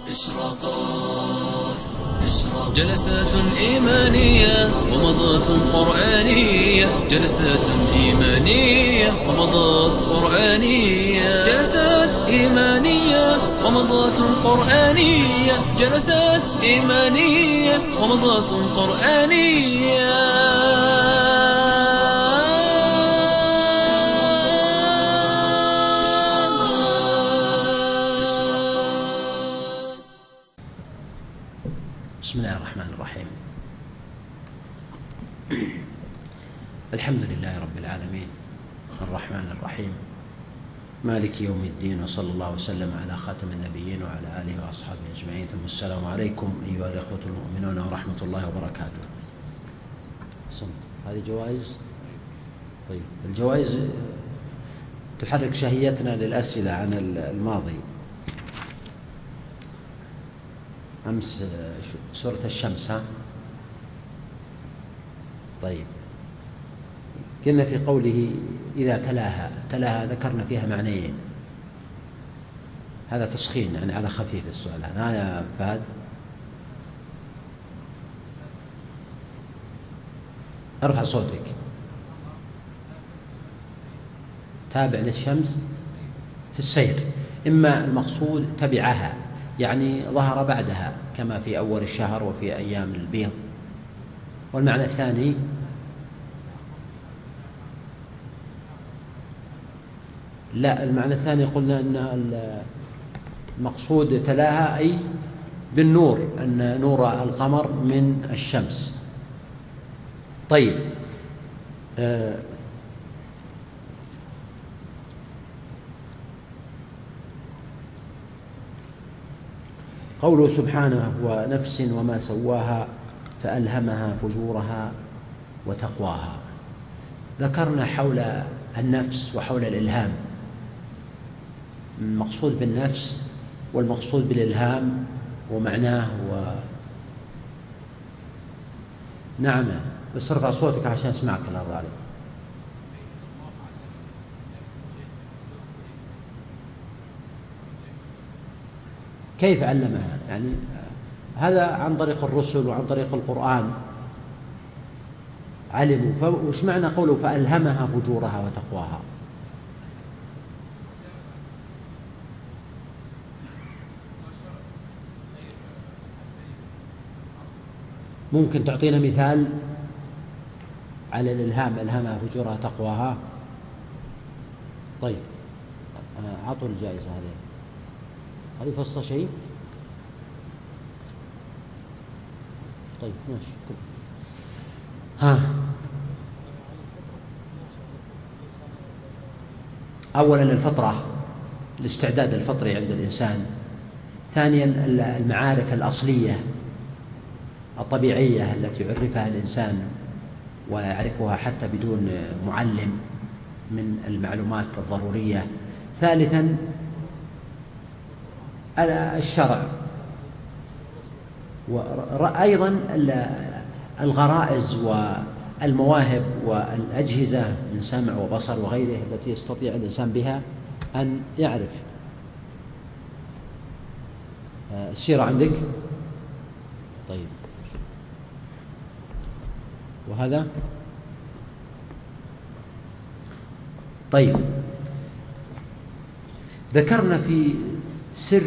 جلسات إيمانية ومضات قرآنية، جلسات إيمانية ومضات قرآنية، جلسات إيمانية ومضات قرآنية، جلسات إيمانية ومضات قرآنية. بسم الله الرحمن الرحيم. الحمد لله رب العالمين الرحمن الرحيم مالك يوم الدين، وصلى الله وسلم على خاتم النبيين وعلى آله وأصحابه أجمعين. ثم السلام عليكم أيها الأخوة المؤمنون ورحمة الله وبركاته. هذه جوائز. طيب، الجوائز تحرك شهيتنا للأسئلة عن الماضي. أمس سورة الشمس، ها؟ طيب، قلنا في قوله إذا تلاها ذكرنا فيها معنيين. هذا تسخين يعني على خفيف السؤال. ها يا فهد؟ ارفع صوتك. تابع للشمس في السير، إما المقصود تبعها يعني ظهر بعدها كما في أول الشهر وفي أيام البيض. والمعنى الثاني لا، المعنى الثاني قلنا أن المقصود تلاها أي بالنور، أن نور القمر من الشمس. طيب، قوله سبحانه ونفس وما سواها فألهمها فجورها وتقواها. ذكرنا حول النفس وحول الإلهام، المقصود بالنفس والمقصود بالإلهام ومعناه نعم، بس ارفع صوتك عشان اسمعك. الله يرضى عليك. كيف علمها؟ يعني هذا عن طريق الرسل وعن طريق القرآن علموا. وش معنى قوله فألهمها فجورها وتقواها؟ ممكن تعطينا مثال على الإلهام؟ ألهمها فجورها تقواها. طيب، أعطوا الجائزة هذه فصل شيء. طيب ماشي. ها، أولا الفطرة، الاستعداد الفطري عند الإنسان. ثانيا المعارف الأصلية الطبيعية التي يعرفها الإنسان ويعرفها حتى بدون معلم من المعلومات الضرورية. ثالثا الشرع، وأيضا الغرائز والمواهب والأجهزة من سمع وبصر وغيره التي يستطيع الإنسان بها أن يعرف. السيرة عندك؟ طيب، وهذا؟ طيب، ذكرنا في سر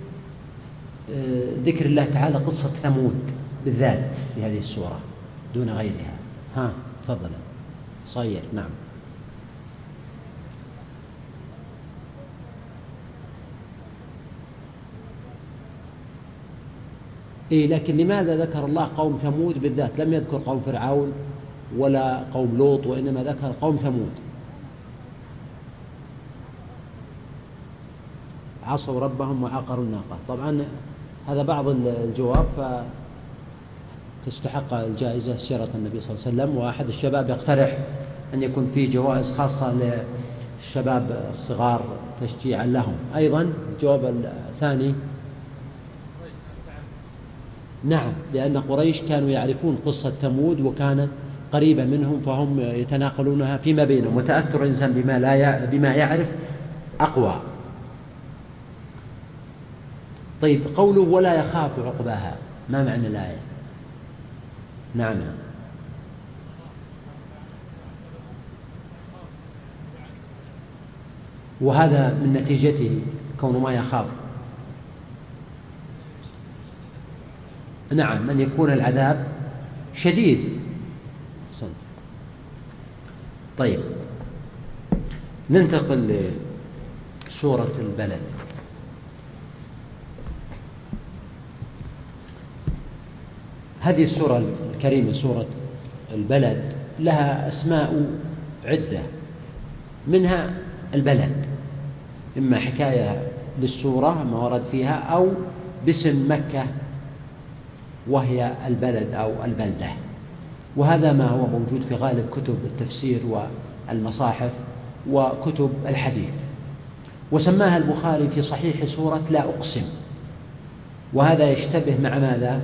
ذكر الله تعالى قصة ثمود بالذات في هذه السورة دون غيرها. ها، تفضل صير. نعم. لكن لماذا ذكر الله قوم ثمود بالذات؟ لم يذكر قوم فرعون ولا قوم لوط، وإنما ذكر قوم ثمود. عصوا ربهم وعقروا الناقة. طبعا هذا بعض الجواب، فتستحق الجائزة سيرة النبي صلى الله عليه وسلم. وأحد الشباب يقترح أن يكون فيه جوائز خاصة للشباب الصغار تشجيعا لهم. أيضا الجواب الثاني نعم، لأن قريش كانوا يعرفون قصة ثمود وكانت قريبة منهم، فهم يتناقلونها فيما بينهم، وتأثر الإنسان بما يعرف أقوى. طيب قوله ولا يخاف عقباها، ما معنى الآية؟ نعم. وهذا من نتيجته كون ما يخاف. نعم، أن يكون العذاب شديد. طيب ننتقل لسورة البلد. هذه السورة الكريمة سورة البلد لها أسماء عدة، منها البلد، إما حكاية للسورة ما ورد فيها أو باسم مكة وهي البلد أو البلدة، وهذا ما هو موجود في غالب كتب التفسير والمصاحف وكتب الحديث. وسماها البخاري في صحيح سورة لا أقسم، وهذا يشتبه مع ماذا؟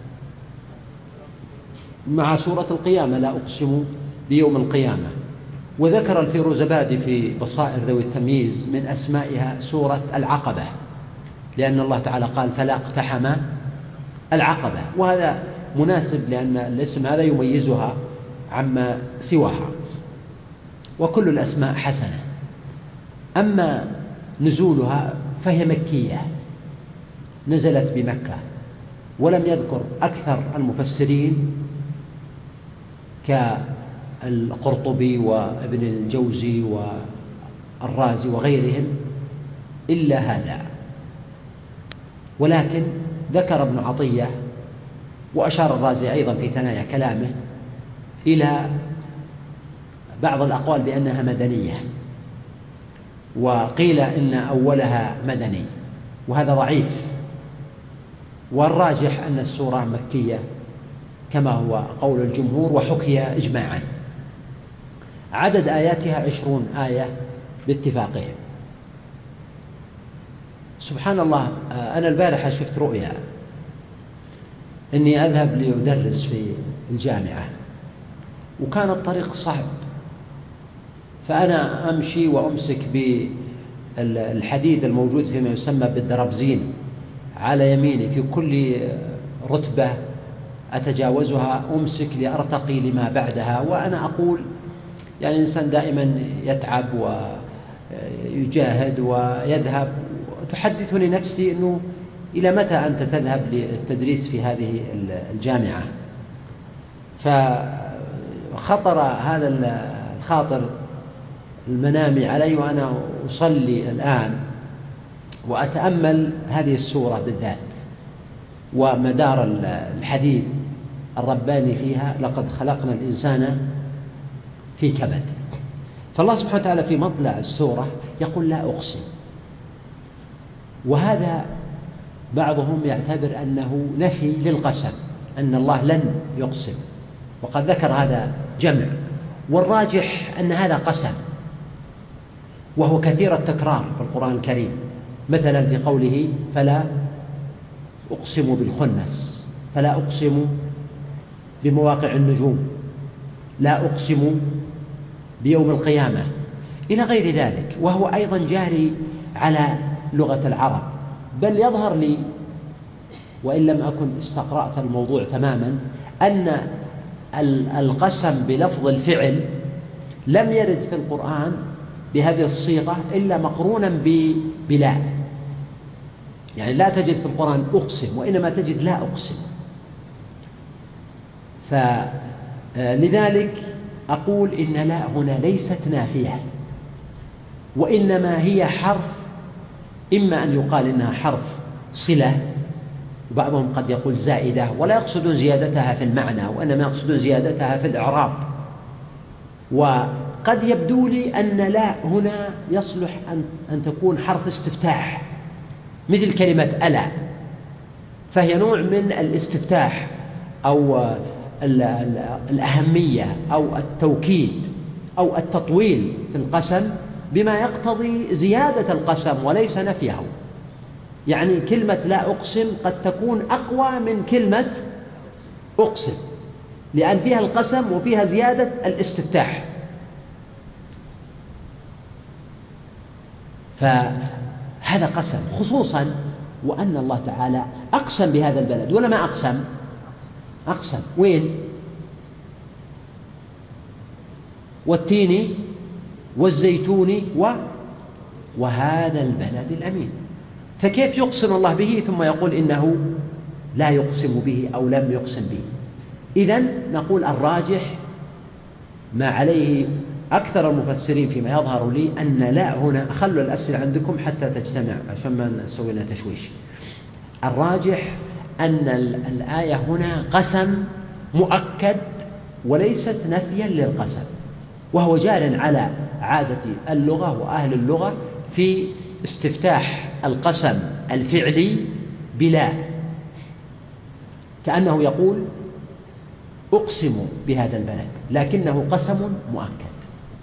مع سورة القيامة لا أقسم بيوم القيامة. وذكر الفيروزبادي في بصائر ذوي التمييز من أسمائها سورة العقبة، لأن الله تعالى قال فلا اقتحم العقبة، وهذا مناسب لأن الاسم هذا يميزها عما سواها، وكل الأسماء حسنة. أما نزولها فهي مكية، نزلت بمكة، ولم يذكر أكثر المفسرين كالقرطبي وابن الجوزي والرازي وغيرهم إلا هذا، ولكن ذكر ابن عطية وأشار الرازي أيضا في ثنايا كلامه إلى بعض الأقوال بأنها مدنية، وقيل إن أولها مدني، وهذا ضعيف، والراجح أن السورة مكية كما هو قول الجمهور وحكي إجماعا. عدد آياتها 20 آية باتفاقهم. سبحان الله، أنا البارحة شفت رؤيا أني أذهب لأدرس في الجامعة، وكان الطريق صعب، فأنا أمشي وأمسك بالحديد الموجود فيما يسمى بالدرابزين على يميني، في كل رتبة أتجاوزها أمسك لأرتقي لما بعدها، وأنا أقول يعني الإنسان دائما يتعب ويجاهد ويذهب، وتحدثني نفسي أنه إلى متى أنت تذهب للتدريس في هذه الجامعة؟ فخطر هذا الخاطر المنامي علي وأنا أصلي الآن وأتأمل هذه السورة بالذات ومدار الحديث الرباني فيها، لقد خلقنا الإنسان في كبد. فالله سبحانه وتعالى في مطلع السورة يقول لا أقسم، وهذا بعضهم يعتبر أنه نفي للقسم، أن الله لن يقسم، وقد ذكر هذا جمع، والراجح أن هذا قسم، وهو كثير التكرار في القرآن الكريم، مثلا في قوله فلا أقسم بالخنس، فلا أقسم بمواقع النجوم، لا أقسم بيوم القيامة، إلى غير ذلك، وهو أيضا جاري على لغة العرب. بل يظهر لي وإن لم أكن استقرأت الموضوع تماما أن القسم بلفظ الفعل لم يرد في القرآن بهذه الصيغة إلا مقرونا بلا، يعني لا تجد في القرآن أقسم، وإنما تجد لا أقسم. فلذلك أقول إن لا هنا ليست نافية، وإنما هي حرف، إما أن يقال إنها حرف صلة، وبعضهم قد يقول زائدة، ولا يقصدون زيادتها في المعنى، وإنما يقصدون زيادتها في الإعراب. وقد يبدو لي أن لا هنا يصلح أن تكون حرف استفتاح، مثل كلمة ألا، فهي نوع من الاستفتاح أو الأهمية أو التوكيد أو التطويل في القسم، بما يقتضي زيادة القسم وليس نفيه. يعني كلمة لا أقسم قد تكون أقوى من كلمة أقسم، لأن فيها القسم وفيها زيادة الاستفتاح. فهذا قسم، خصوصا وأن الله تعالى أقسم بهذا البلد ولا ما أقسم؟ أقسم. وين؟ والتين والزيتون وهذا البلد الأمين. فكيف يقسم الله به ثم يقول إنه لا يقسم به أو لم يقسم به؟ إذن نقول الراجح ما عليه أكثر المفسرين فيما يظهر لي أن لا هنا. خلوا الأسئلة عندكم حتى تجتمع عشان ما نسوي لنا تشويش. الراجح أن الآية هنا قسم مؤكد وليست نفيا للقسم، وهو جار على عادة اللغة وأهل اللغة في استفتاح القسم الفعلي بلا، كأنه يقول أقسم بهذا البلد، لكنه قسم مؤكد.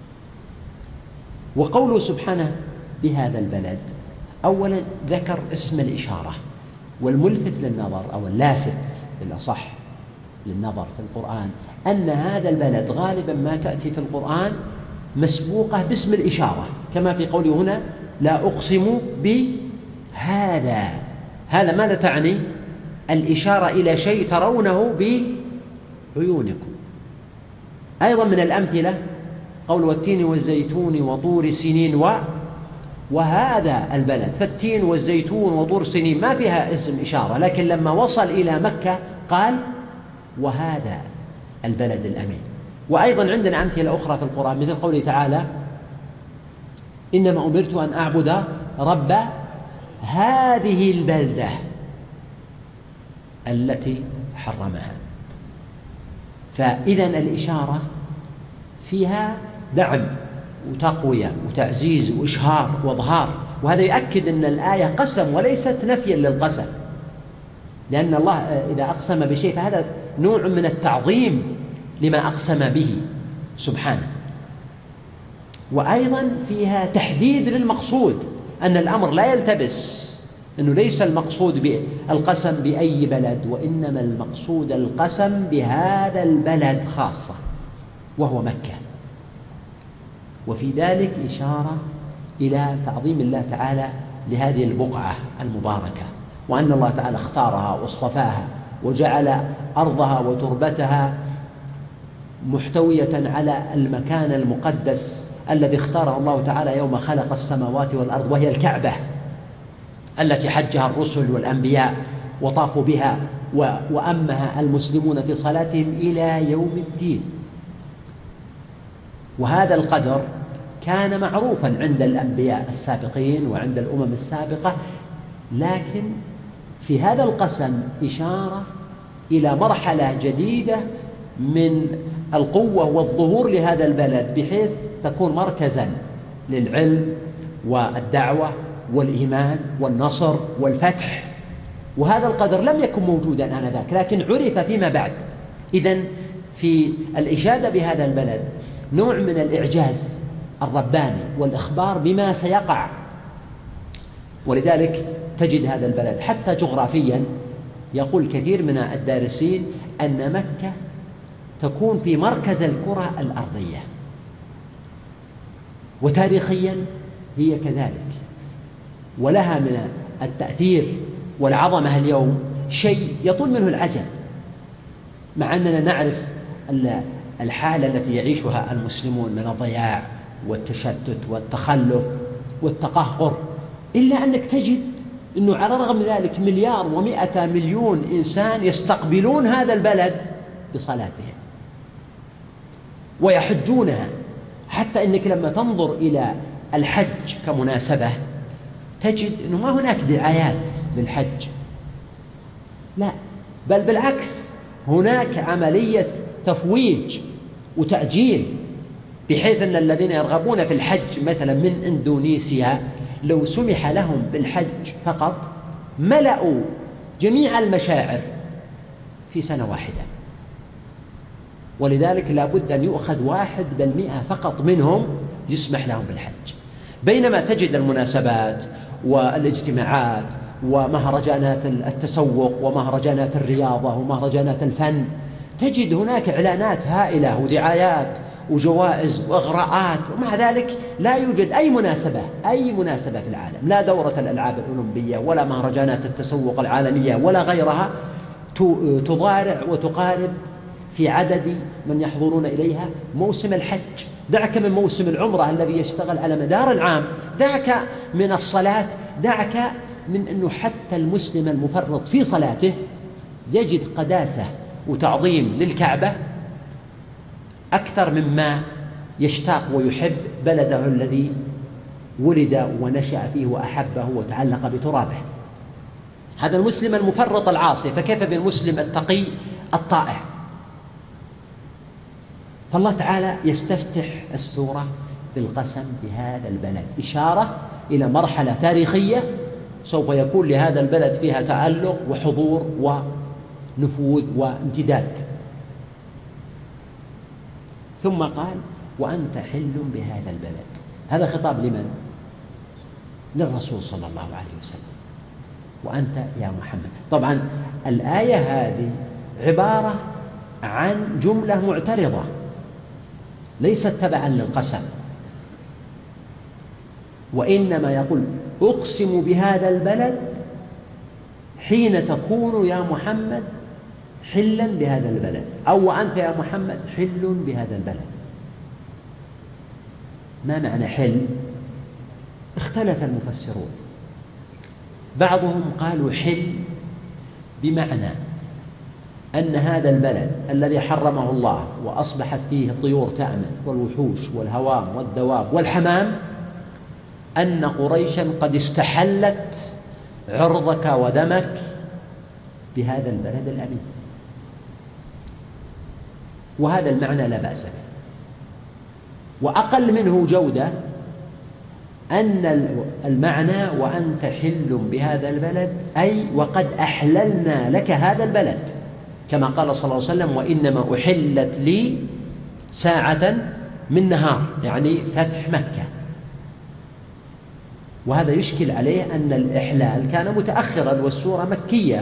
وقوله سبحانه بهذا البلد أولا ذكر اسم الإشارة، والملفت للنظر أو اللافت بالأصح للنظر في القرآن أن هذا البلد غالبا ما تأتي في القرآن مسبوقة باسم الإشارة، كما في قوله هنا لا أقسم بهذا. هذا ماذا تعني؟ الإشارة إلى شيء ترونه بعيونكم. أيضا من الأمثلة قول والتين والزيتون وطور سنين وهذا البلد. فالتين والزيتون وطور سنين ما فيها اسم إشارة، لكن لما وصل إلى مكة قال وهذا البلد الأمين. وأيضا عندنا أمثلة أخرى في القرآن مثل قوله تعالى إنما أمرت أن أعبد رب هذه البلدة التي حرمها. فإذا الإشارة فيها دعم وتقوية وتعزيز وإشهار وإظهار، وهذا يؤكد أن الآية قسم وليست نفيا للقسم، لأن الله إذا أقسم بشيء فهذا نوع من التعظيم لما أقسم به سبحانه. وأيضا فيها تحديد للمقصود، أن الأمر لا يلتبس، أنه ليس المقصود بالقسم بأي بلد، وإنما المقصود القسم بهذا البلد خاصة وهو مكة. وفي ذلك إشارة إلى تعظيم الله تعالى لهذه البقعة المباركة، وأن الله تعالى اختارها واصطفاها وجعل أرضها وتربتها محتوية على المكان المقدس الذي اختاره الله تعالى يوم خلق السماوات والأرض، وهي الكعبة التي حجها الرسل والأنبياء وطافوا بها وأمها المسلمون في صلاتهم إلى يوم الدين. وهذا القدر كان معروفا عند الأنبياء السابقين وعند الأمم السابقة، لكن في هذا القسم إشارة إلى مرحلة جديدة من القوة والظهور لهذا البلد، بحيث تكون مركزا للعلم والدعوة والإيمان والنصر والفتح. وهذا القدر لم يكن موجودا آنذاك، لكن عرف فيما بعد. إذن في الإشادة بهذا البلد نوع من الإعجاز الرباني والإخبار بما سيقع. ولذلك تجد هذا البلد حتى جغرافيا يقول كثير من الدارسين أن مكة تكون في مركز الكرة الأرضية، وتاريخيا هي كذلك، ولها من التأثير والعظمة اليوم شيء يطول منه العجب، مع أننا نعرف الحالة التي يعيشها المسلمون من الضياع والتشتت والتخلف والتقهقر، إلا أنك تجد أنه على الرغم من ذلك 1,100,000,000 إنسان يستقبلون هذا البلد بصلاتهم ويحجونها، حتى أنك لما تنظر إلى الحج كمناسبة تجد أنه ما هناك دعايات للحج، لا، بل بالعكس هناك عملية تفويج وتأجيل، بحيث أن الذين يرغبون في الحج مثلا من إندونيسيا لو سمح لهم بالحج فقط ملأوا جميع المشاعر في سنة واحدة. ولذلك لا بد أن يؤخذ 1% فقط منهم يسمح لهم بالحج. بينما تجد المناسبات والاجتماعات ومهرجانات التسوق ومهرجانات الرياضة ومهرجانات الفن، تجد هناك إعلانات هائلة ودعايات وجوائز وإغراءات، ومع ذلك لا يوجد أي مناسبة في العالم، لا دورة الألعاب الأولمبية ولا مهرجانات التسوق العالمية ولا غيرها تضارع وتقارب في عدد من يحضرون إليها موسم الحج. دعك من موسم العمرة الذي يشتغل على مدار العام، دعك من الصلاة، دعك من أنه حتى المسلم المفرط في صلاته يجد قداسة وتعظيم للكعبة أكثر مما يشتاق ويحب بلده الذي ولد ونشأ فيه وأحبه وتعلق بترابه. هذا المسلم المفرط العاصي، فكيف بالمسلم التقي الطائع؟ فالله تعالى يستفتح السورة بالقسم بهذا البلد، إشارة إلى مرحلة تاريخية سوف يكون لهذا البلد فيها تألق وحضور ونفوذ وامتداد. ثم قال وأنت حل بهذا البلد. هذا خطاب لمن؟ للرسول صلى الله عليه وسلم. وأنت يا محمد. طبعا الآية هذه عبارة عن جملة معترضة ليست تبعا للقسم، وإنما يقول أقسم بهذا البلد حين تكون يا محمد حلا بهذا البلد، أو وأنت يا محمد حل بهذا البلد. ما معنى حل؟ اختلف المفسرون، بعضهم قالوا حل بمعنى أن هذا البلد الذي حرمه الله وأصبحت فيه الطيور تأمن والوحوش والهوام والدواب والحمام، أن قريشا قد استحلت عرضك ودمك بهذا البلد الأمين. وهذا المعنى لا بأس به، وأقل منه جودة أن المعنى وأنت حل بهذا البلد أي وقد أحللنا لك هذا البلد، كما قال صلى الله عليه وسلم وإنما أحلت لي ساعة من نهار، يعني فتح مكة. وهذا يشكل عليه أن الإحلال كان متأخرا والسورة مكية،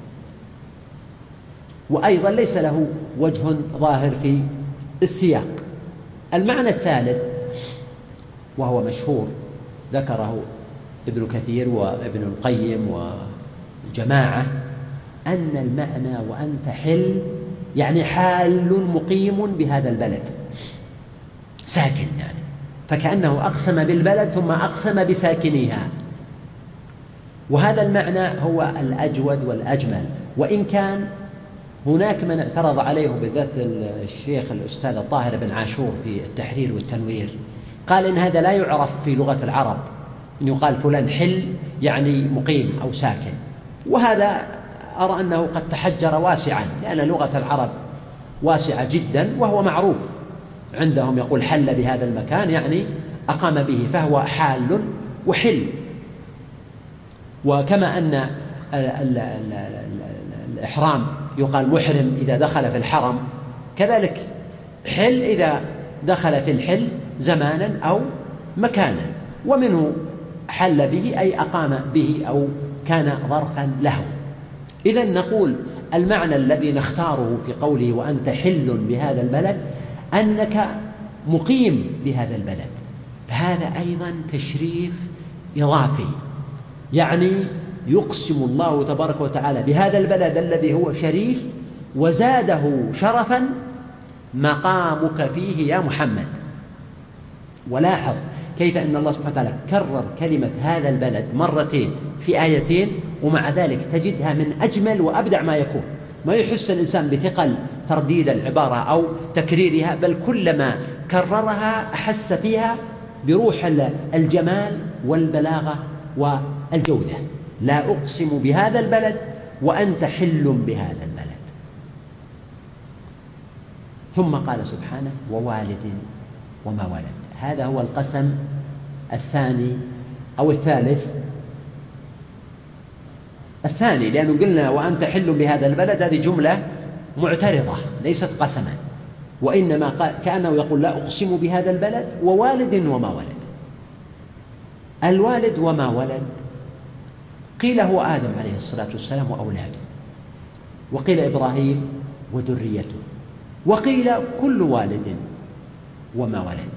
وأيضا ليس له وجه ظاهر في السياق. المعنى الثالث وهو مشهور ذكره ابن كثير وابن القيم وجماعة، أن المعنى وأنت حل يعني حال مقيم بهذا البلد ساكن، يعني فكأنه أقسم بالبلد ثم أقسم بساكنيها. وهذا المعنى هو الأجود والأجمل، وإن كان هناك من اعترض عليه بالذات الشيخ الأستاذ الطاهر بن عاشور في التحرير والتنوير، قال إن هذا لا يعرف في لغة العرب، إن يقال فلان حل يعني مقيم أو ساكن. وهذا أرى أنه قد تحجر واسعا، لأن لغة العرب واسعة جدا، وهو معروف عندهم يقول حل بهذا المكان يعني أقام به، فهو حال وحل. وكما أن الإحرام يقال محرم إذا دخل في الحرم، كذلك حل إذا دخل في الحل زمانا أو مكانا، ومنه حل به أي أقام به أو كان ظرفا له. إذن نقول المعنى الذي نختاره في قوله وأنت حل بهذا البلد أنك مقيم بهذا البلد، فهذا أيضا تشريف إضافي، يعني يقسم الله تبارك وتعالى بهذا البلد الذي هو شريف وزاده شرفا مقامك فيه يا محمد. ولاحظ كيف أن الله سبحانه وتعالى كرر كلمة هذا البلد مرتين في آيتين، ومع ذلك تجدها من أجمل وأبدع ما يكون. ما يحس الإنسان بثقل ترديد العبارة أو تكريرها، بل كلما كررها أحس فيها بروح الجمال والبلاغة والجودة. لا أقسم بهذا البلد وأنت حل بهذا البلد. ثم قال سبحانه ووالد وما ولد. هذا هو القسم الثاني أو الثالث، الثاني، لأنه قلنا وأنت حل بهذا البلد هذه جملة معترضة ليست قسما، وإنما كأنه يقول لا أقسم بهذا البلد ووالد وما ولد. الوالد وما ولد قيل هو آدم عليه الصلاة والسلام وأولاده، وقيل إبراهيم وذريته، وقيل كل والد وما ولد.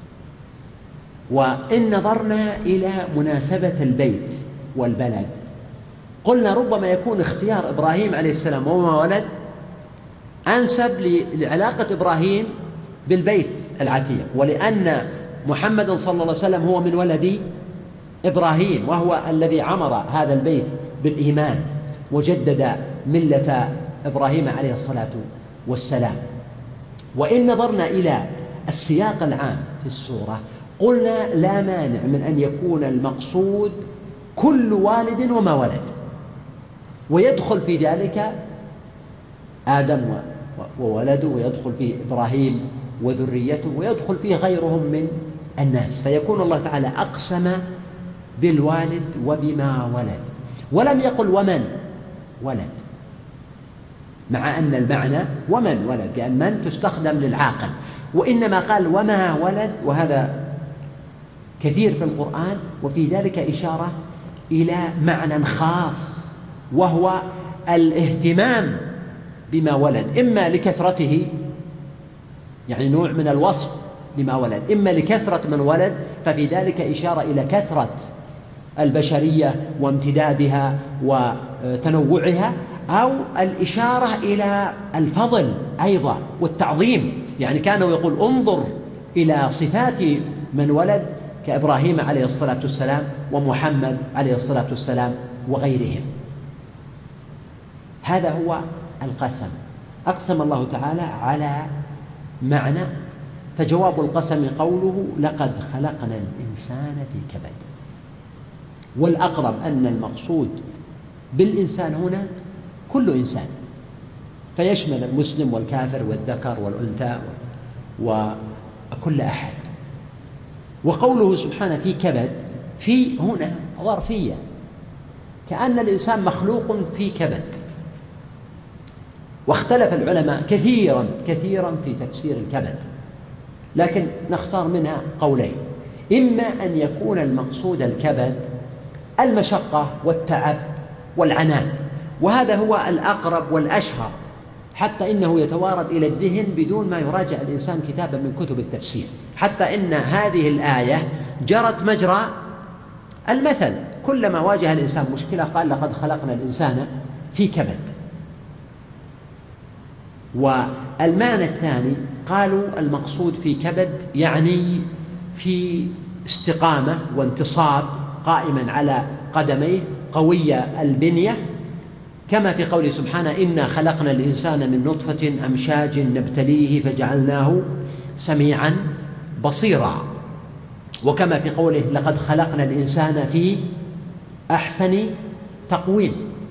وإن نظرنا إلى مناسبة البيت والبلد قلنا ربما يكون اختيار إبراهيم عليه السلام وما ولد أنسب لعلاقة إبراهيم بالبيت العتيق، ولأن محمد صلى الله عليه وسلم هو من ولد إبراهيم، وهو الذي عمر هذا البيت بالإيمان وجدد ملة إبراهيم عليه الصلاة والسلام. وإن نظرنا إلى السياق العام في السورة قلنا لا مانع من أن يكون المقصود كل والد وما ولد، ويدخل في ذلك آدم وولده، ويدخل في إبراهيم وذريته، ويدخل فيه غيرهم من الناس، فيكون الله تعالى أقسم بالوالد وبما ولد، ولم يقل ومن ولد، مع أن المعنى ومن ولد، لأن من تستخدم للعاقل، وإنما قال وما ولد، وهذا كثير في القرآن، وفي ذلك إشارة إلى معنى خاص وهو الاهتمام بما ولد، إما لكثرته يعني نوع من الوصف بما ولد، إما لكثرة من ولد ففي ذلك إشارة إلى كثرة البشرية وامتدادها وتنوعها، أو الإشارة إلى الفضل أيضا والتعظيم، يعني كانوا يقول انظر إلى صفات من ولد كإبراهيم عليه الصلاة والسلام ومحمد عليه الصلاة والسلام وغيرهم. هذا هو القسم، أقسم الله تعالى على معنى، فجواب القسم قوله لقد خلقنا الإنسان في كبد. والأقرب أن المقصود بالإنسان هنا كل إنسان، فيشمل المسلم والكافر والذكر والأنثى وكل أحد. وقوله سبحانه في كبد، في هنا ظرفية، كأن الإنسان مخلوق في كبد. واختلف العلماء كثيرا في تفسير الكبد، لكن نختار منها قولين: إما أن يكون المقصود الكبد المشقة والتعب والعناء، وهذا هو الأقرب والأشهر، حتى إنه يتوارد إلى الذهن بدون ما يراجع الإنسان كتابا من كتب التفسير، حتى إن هذه الآية جرت مجرى المثل، كلما واجه الإنسان مشكلة قال لقد خلقنا الإنسان في كبد. والمعنى الثاني قالوا المقصود في كبد يعني في استقامة وانتصاب، قائما على قدميه، قوية البنية، كما في قوله سبحانه إنا خلقنا الإنسان من نطفة أمشاج نبتليه فجعلناه سميعا بصيرا، وكما في قوله لقد خلقنا الإنسان في أحسن تقويم.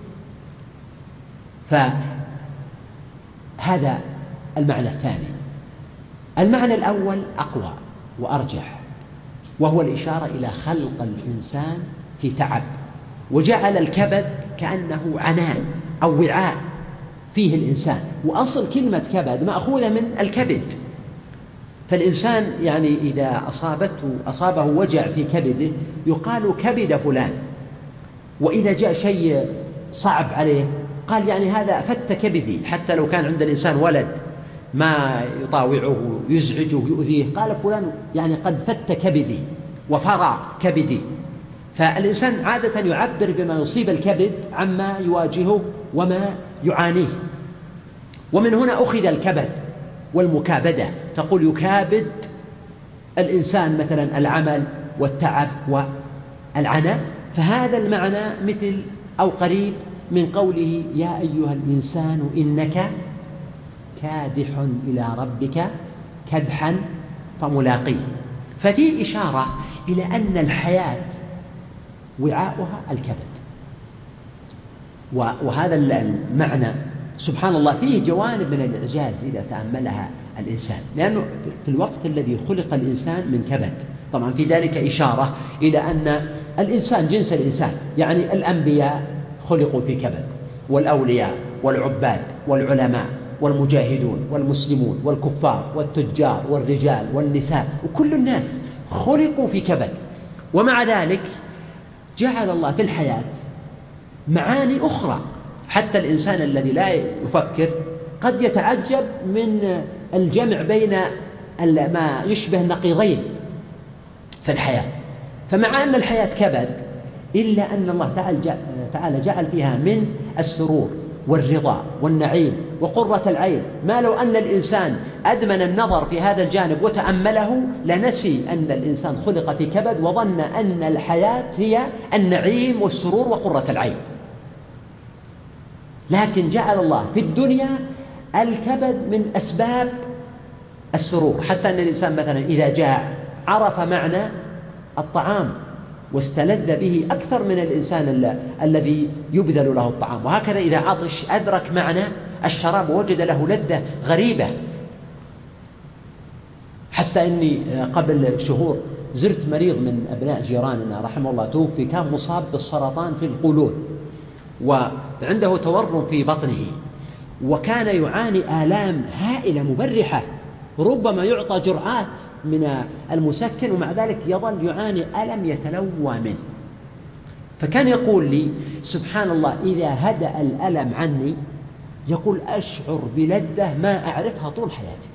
فهذا المعنى الثاني. المعنى الأول أقوى وأرجح، وهو الإشارة إلى خلق الإنسان في تعب، وجعل الكبد كأنه عنان أو وعاء فيه الإنسان، وأصل كلمة كبد مأخوذة من الكبد، فالإنسان يعني إذا أصابه وجع في كبده يقال كبد فلان، وإذا جاء شيء صعب عليه قال يعني هذا فت كبدي، حتى لو كان عند الإنسان ولد ما يطاوعه يزعجه يؤذيه قال فلان يعني قد فت كبدي وفرى كبدي. فالإنسان عادة يعبر بما يصيب الكبد عما يواجهه وما يعانيه، ومن هنا أخذ الكبد والمكابدة، تقول يكابد الإنسان مثلا العمل والتعب والعناء، فهذا المعنى مثل أو قريب من قوله يا أيها الإنسان إنك كادح إلى ربك كدحا فملاقيه. ففي إشارة إلى أن الحياة وعاؤها الكبد، وهذا المعنى سبحان الله فيه جوانب من الإعجاز إذا تأملها الإنسان، لأنه في الوقت الذي خلق الإنسان من كبد، طبعا في ذلك إشارة إلى أن الإنسان جنس الإنسان، يعني الأنبياء خلقوا في كبد، والأولياء والعباد والعلماء والمجاهدون والمسلمون والكفار والتجار والرجال والنساء، وكل الناس خلقوا في كبد. ومع ذلك جعل الله في الحياة معاني أخرى، حتى الإنسان الذي لا يفكر قد يتعجب من الجمع بين ما يشبه النقيضين في الحياة. فمع أن الحياة كبد إلا أن الله تعالى جعل فيها من السرور والرضا والنعيم وقرة العين ما لو أن الإنسان أدمن النظر في هذا الجانب وتأمله لنسي أن الإنسان خلق في كبد وظن أن الحياة هي النعيم والسرور وقرة العين. لكن جعل الله في الدنيا الكبد من أسباب السرور، حتى أن الإنسان مثلا إذا جاع عرف معنى الطعام واستلذ به أكثر من الإنسان الذي يبذل له الطعام. وهكذا إذا عطش أدرك معنى الشراب ووجد له لذة غريبة. حتى أني قبل شهور زرت مريض من أبناء جيراننا رحمه الله توفي، كان مصاب بالسرطان في القولون وعنده تورم في بطنه، وكان يعاني آلام هائلة مبرحة، ربما يعطى جرعات من المسكن ومع ذلك يظل يعاني ألم يتلوى منه. فكان يقول لي سبحان الله إذا هدأ الألم عني يقول أشعر بلذة ما أعرفها طول حياتي.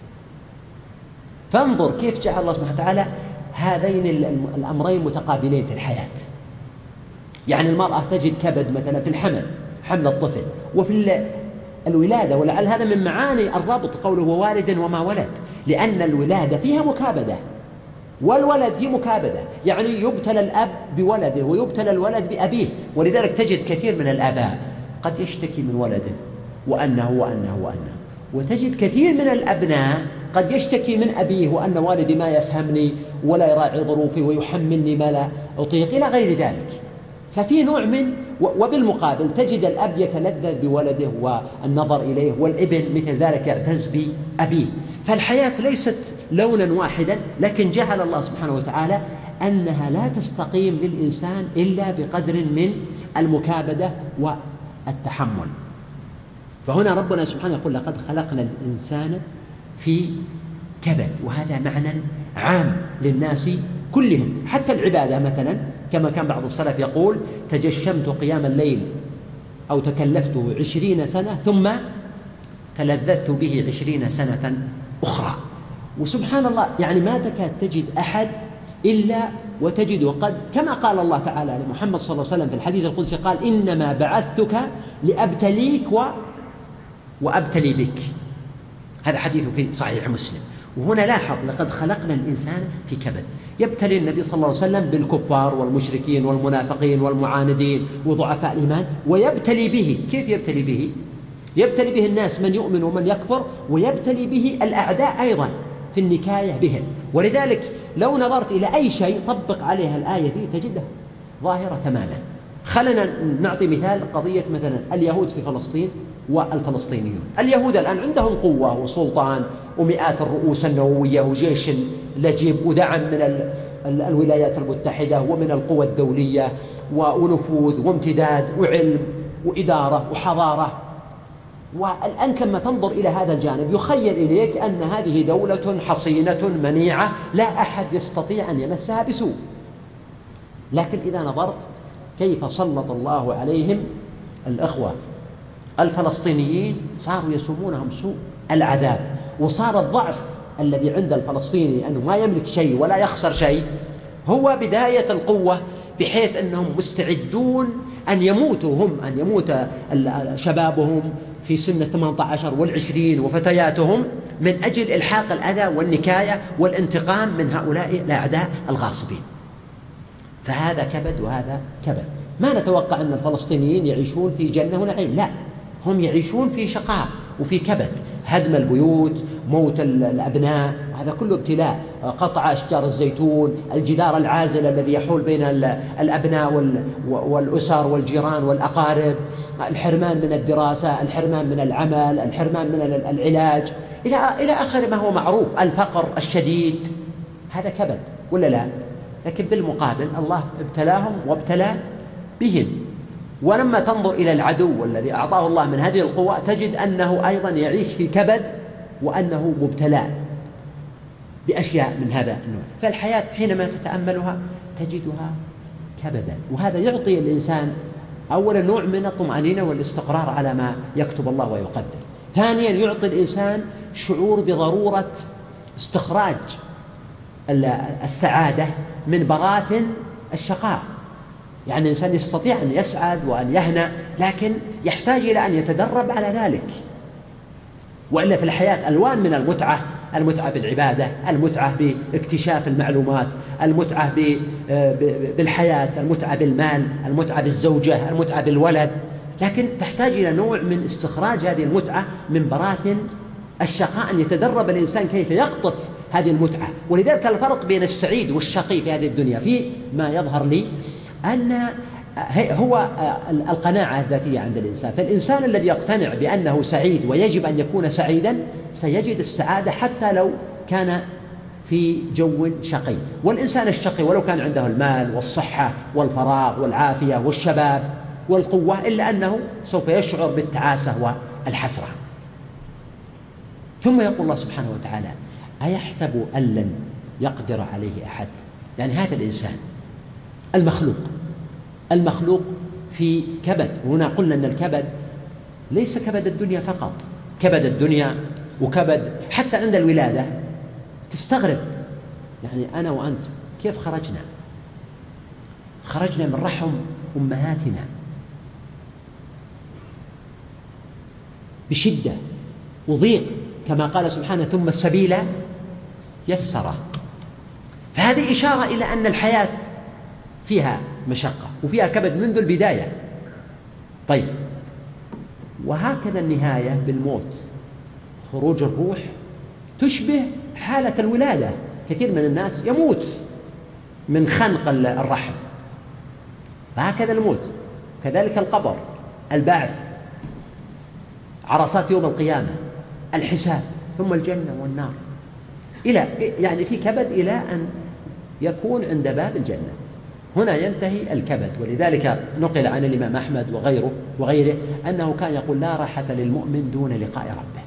فانظر كيف جعل الله سبحانه وتعالى هذين الأمرين متقابلين في الحياة. يعني المرأة تجد كبد مثلا في الحمل، حمل الطفل، وفي الولادة، ولعل هذا من معاني الربط قوله ووالد وما ولد، لأن الولادة فيها مكابدة والولد فيه مكابدة، يعني يبتلى الأب بولده ويبتلى الولد بأبيه. ولذلك تجد كثير من الآباء قد يشتكي من ولده وأنه، وتجد كثير من الأبناء قد يشتكي من أبيه وأن والدي ما يفهمني ولا يراعي ظروفي ويحملني ما لا أطيق إلى غير ذلك. ففي نوع من، وبالمقابل تجد الأب يتلذذ بولده والنظر إليه، والابن مثل ذلك يعتز بأبيه. فالحياة ليست لونا واحدا، لكن جعل الله سبحانه وتعالى أنها لا تستقيم للإنسان إلا بقدر من المكابدة والتحمل. فهنا ربنا سبحانه يقول لقد خلقنا الإنسان في كبد، وهذا معنى عام للناس كلهم. حتى العبادة مثلا كما كان بعض السلف يقول تجشمت قيام الليل أو تكلفته 20 سنة ثم تلذذت به 20 سنة أخرى. وسبحان الله يعني ما تكاد تجد أحد إلا وتجده قد، كما قال الله تعالى لمحمد صلى الله عليه وسلم في الحديث القدسي قال إنما بعثتك لأبتليك وأبتلي بك. هذا حديث في صحيح مسلم. وهنا لاحظ لقد خلقنا الإنسان في كبد. يبتلي النبي صلى الله عليه وسلم بالكفار والمشركين والمنافقين والمعاندين وضعفاء الإيمان، ويبتلي به. كيف يبتلي به؟ يبتلي به الناس من يؤمن ومن يكفر، ويبتلي به الأعداء أيضا في النكاية بهم. ولذلك لو نظرت إلى أي شيء طبق عليها الآية دي تجدها ظاهرة تماما. خلنا نعطي مثال قضية مثلا اليهود في فلسطين والفلسطينيون. اليهود الآن عندهم قوة وسلطان ومئات الرؤوس النووية وجيش لجيب ودعم من الولايات المتحدة ومن القوى الدولية ونفوذ وامتداد وعلم وإدارة وحضارة. وأنت لما تنظر إلى هذا الجانب يخيل إليك أن هذه دولة حصينة منيعة لا أحد يستطيع أن يمسها بسوء. لكن إذا نظرت كيف سلط الله عليهم الإخوة الفلسطينيين صاروا يسومونهم سوء العذاب، وصار الضعف الذي عند الفلسطيني أنه ما يملك شيء ولا يخسر شيء هو بداية القوة، بحيث أنهم مستعدون أن يموتوا هم، أن يموت شبابهم في سن 18 والعشرين وفتياتهم من أجل إلحاق الأذى والنكاية والانتقام من هؤلاء الأعداء الغاصبين. فهذا كبد وهذا كبد. ما نتوقع أن الفلسطينيين يعيشون في جنة ونعيم، لا، هم يعيشون في شقاء وفي كبد، هدم البيوت، موت الأبناء، هذا كله ابتلاء، قطع أشجار الزيتون، الجدار العازل الذي يحول بين الأبناء والأسر والجيران والأقارب، الحرمان من الدراسة، الحرمان من العمل، الحرمان من العلاج، إلى آخر ما هو معروف، الفقر الشديد. هذا كبد ولا لا؟ لكن بالمقابل الله ابتلاهم وابتلى بهم. ولما تنظر إلى العدو الذي أعطاه الله من هذه القوة تجد أنه أيضا يعيش في كبد وأنه مبتلى بأشياء من هذا النوع. فالحياة حينما تتأملها تجدها كبدا، وهذا يعطي الإنسان أولا نوع من الطمأنينة والاستقرار على ما يكتب الله ويقدر. ثانيا يعطي الإنسان شعور بضرورة استخراج السعادة من براثن الشقاء. يعني الإنسان يستطيع أن يسعد وأن يهنأ، لكن يحتاج إلى أن يتدرب على ذلك، وإلا في الحياة ألوان من المتعة: المتعة بالعبادة، المتعة باكتشاف المعلومات، المتعة بالحياة، المتعة بالمال، المتعة بالزوجة، المتعة بالولد، لكن تحتاج إلى نوع من استخراج هذه المتعة من براثن الشقاء، أن يتدرب الإنسان كيف يقطف هذه المتعة. ولذلك الفرق بين السعيد والشقي في هذه الدنيا في ما يظهر لي أن هو القناعة الذاتية عند الإنسان. فالإنسان الذي يقتنع بأنه سعيد ويجب أن يكون سعيدا سيجد السعادة حتى لو كان في جو شقي. والإنسان الشقي ولو كان عنده المال والصحة والفراغ والعافية والشباب والقوة، إلا أنه سوف يشعر بالتعاسة والحسرة. ثم يقول الله سبحانه وتعالى: أيحسب أن لن يقدر عليه أحد؟ يعني هذا الإنسان المخلوق في كبد. وهنا قلنا أن الكبد ليس كبد الدنيا فقط، كبد الدنيا وكبد حتى عند الولادة. تستغرب، يعني أنا وأنت كيف خرجنا من رحم أمهاتنا بشدة وضيق، كما قال سبحانه: ثم السبيل يسره. فهذه إشارة إلى أن الحياة فيها مشقة وفيها كبد منذ البداية. طيب، وهكذا النهاية بالموت، خروج الروح تشبه حالة الولادة. كثير من الناس يموت من خنق الرحم، فهكذا الموت، كذلك القبر، البعث، عرصات يوم القيامة، الحساب، ثم الجنة والنار، يعني في كبد إلى أن يكون عند باب الجنة. هنا ينتهي الكبد. ولذلك نقل عن الإمام أحمد وغيره أنه كان يقول: لا راحة للمؤمن دون لقاء ربه.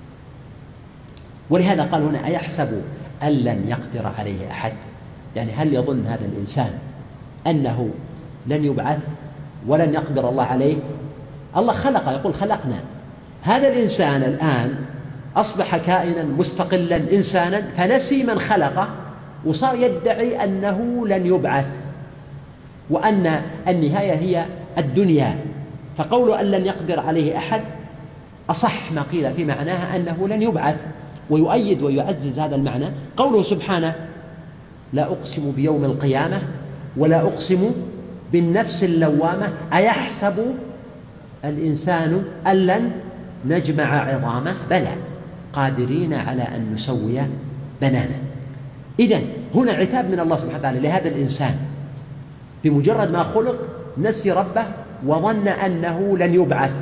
ولهذا قال هنا: أيحسب أن لن يقدر عليه أحد؟ يعني هل يظن هذا الإنسان أنه لن يبعث ولن يقدر الله عليه؟ الله خلق، يقول: خلقنا. هذا الإنسان الآن أصبح كائنا مستقلا إنسانا، فنسي من خلقه وصار يدعي أنه لن يبعث، وأن النهاية هي الدنيا. فقوله أن لن يقدر عليه أحد أصح ما قيل في معناها أنه لن يبعث. ويؤيد ويعزز هذا المعنى قوله سبحانه: لا أقسم بيوم القيامة ولا أقسم بالنفس اللوامة أيحسب الإنسان أن لن نجمع عظامه بلى قادرين على أن نسوي بنانه. إذن هنا عتاب من الله سبحانه وتعالى لهذا الإنسان، بمجرد ما خلق نسي ربه وظن أنه لن يبعث.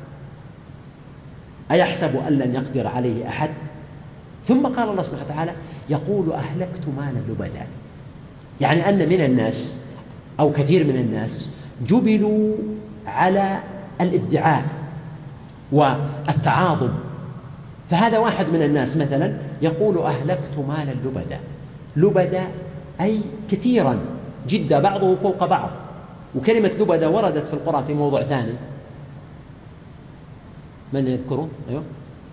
أيحسب أن لن يقدر عليه أحد؟ ثم قال الله سبحانه وتعالى: يقول أهلكت مالا لبدا. يعني أن من الناس أو كثير من الناس جبلوا على الادعاء والتعاظم. فهذا واحد من الناس مثلا يقول: أهلكت مالا لبدا أي كثيرا جدا، بعضه فوق بعض. وكلمة لبدا وردت في القرآن في موضوع ثاني، من يذكره؟ أيوه،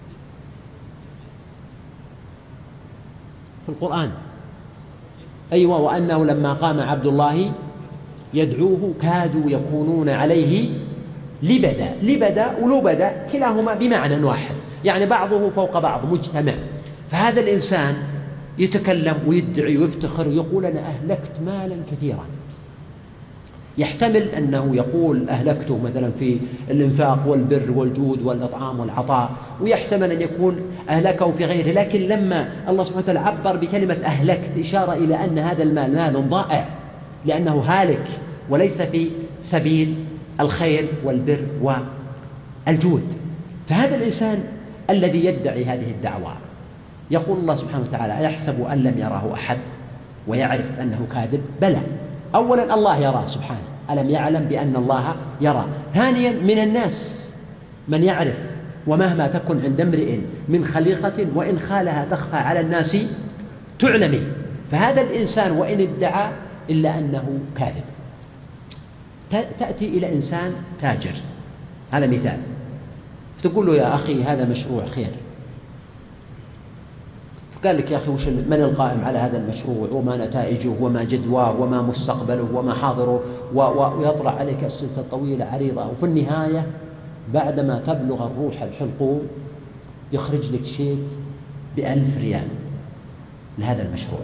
في القرآن، أيوة، وأنه لما قام عبد الله يدعوه كادوا يكونون عليه لبدا ولبدا كلاهما بمعنى واحد، يعني بعضه فوق بعض مجتمع. فهذا الإنسان يتكلم ويدعي ويفتخر ويقول: أنا أهلكت مالا كثيرا. يحتمل أنه يقول أهلكته مثلا في الإنفاق والبر والجود والإطعام والعطاء، ويحتمل أن يكون أهلكه في غيره. لكن لما الله سبحانه وتعالى عبر بكلمة أهلكت إشارة إلى أن هذا المال مال ضائع، لأنه هالك وليس في سبيل الخير والبر والجود. فهذا الإنسان الذي يدعي هذه الدعوة يقول الله سبحانه وتعالى: أيحسب أن لم يره أحد ويعرف أنه كاذب؟ بلى، أولا الله يراه سبحانه، ألم يعلم بأن الله يرى. ثانيا من الناس من يعرف، ومهما تكن عند امرئ من خليقة وإن خالها تخفى على الناس تعلمي. فهذا الإنسان وإن ادعى إلا أنه كاذب. تأتي إلى إنسان تاجر، هذا مثال، فتقول له: يا أخي هذا مشروع خير، فقال لك يا أخي من القائم على هذا المشروع وما نتائجه وما جدواه وما مستقبله وما حاضره، ويطرح عليك أسئلة طويلة عريضة، وفي النهاية بعدما تبلغ الروح الحلقوم يخرج لك شيك ب1000 ريال لهذا المشروع.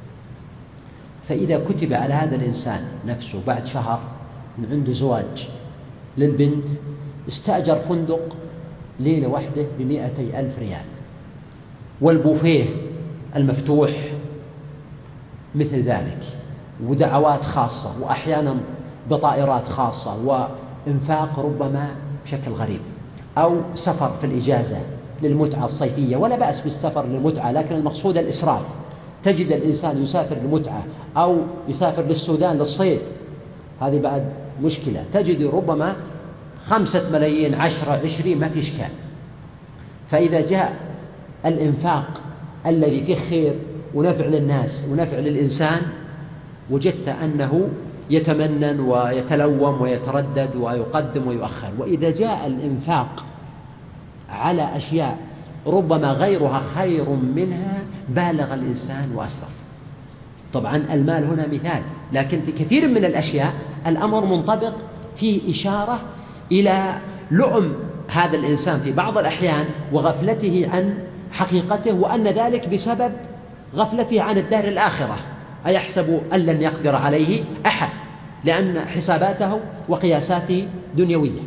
فإذا كتب على هذا الإنسان نفسه بعد شهر من عنده زواج للبنت، استأجر فندق ليلة واحدة ب200,000 ريال، والبوفيه المفتوح مثل ذلك، ودعوات خاصة، وأحيانا بطائرات خاصة، وإنفاق ربما بشكل غريب، أو سفر في الإجازة للمتعة الصيفية. ولا بأس بالسفر للمتعة، لكن المقصود الإسراف. تجد الإنسان يسافر للمتعة أو يسافر للسودان للصيد، هذه بعد مشكلة. تجد ربما 5 ملايين 10 20 ما في إشكال. فإذا جاء الإنفاق الذي فيه خير ونفع للناس ونفع للإنسان، وجدت أنه يتمنن ويتلوم ويتردد ويقدم ويؤخر. وإذا جاء الإنفاق على أشياء ربما غيرها خير منها، بالغ الإنسان وأسرف. طبعا المال هنا مثال، لكن في كثير من الأشياء الأمر منطبق، فيه إشارة إلى لؤم هذا الإنسان في بعض الأحيان وغفلته عن حقيقته، وأن ذلك بسبب غفلته عن الدار الآخرة. أيحسب أن لن يقدر عليه أحد، لأن حساباته وقياساته دنيوية،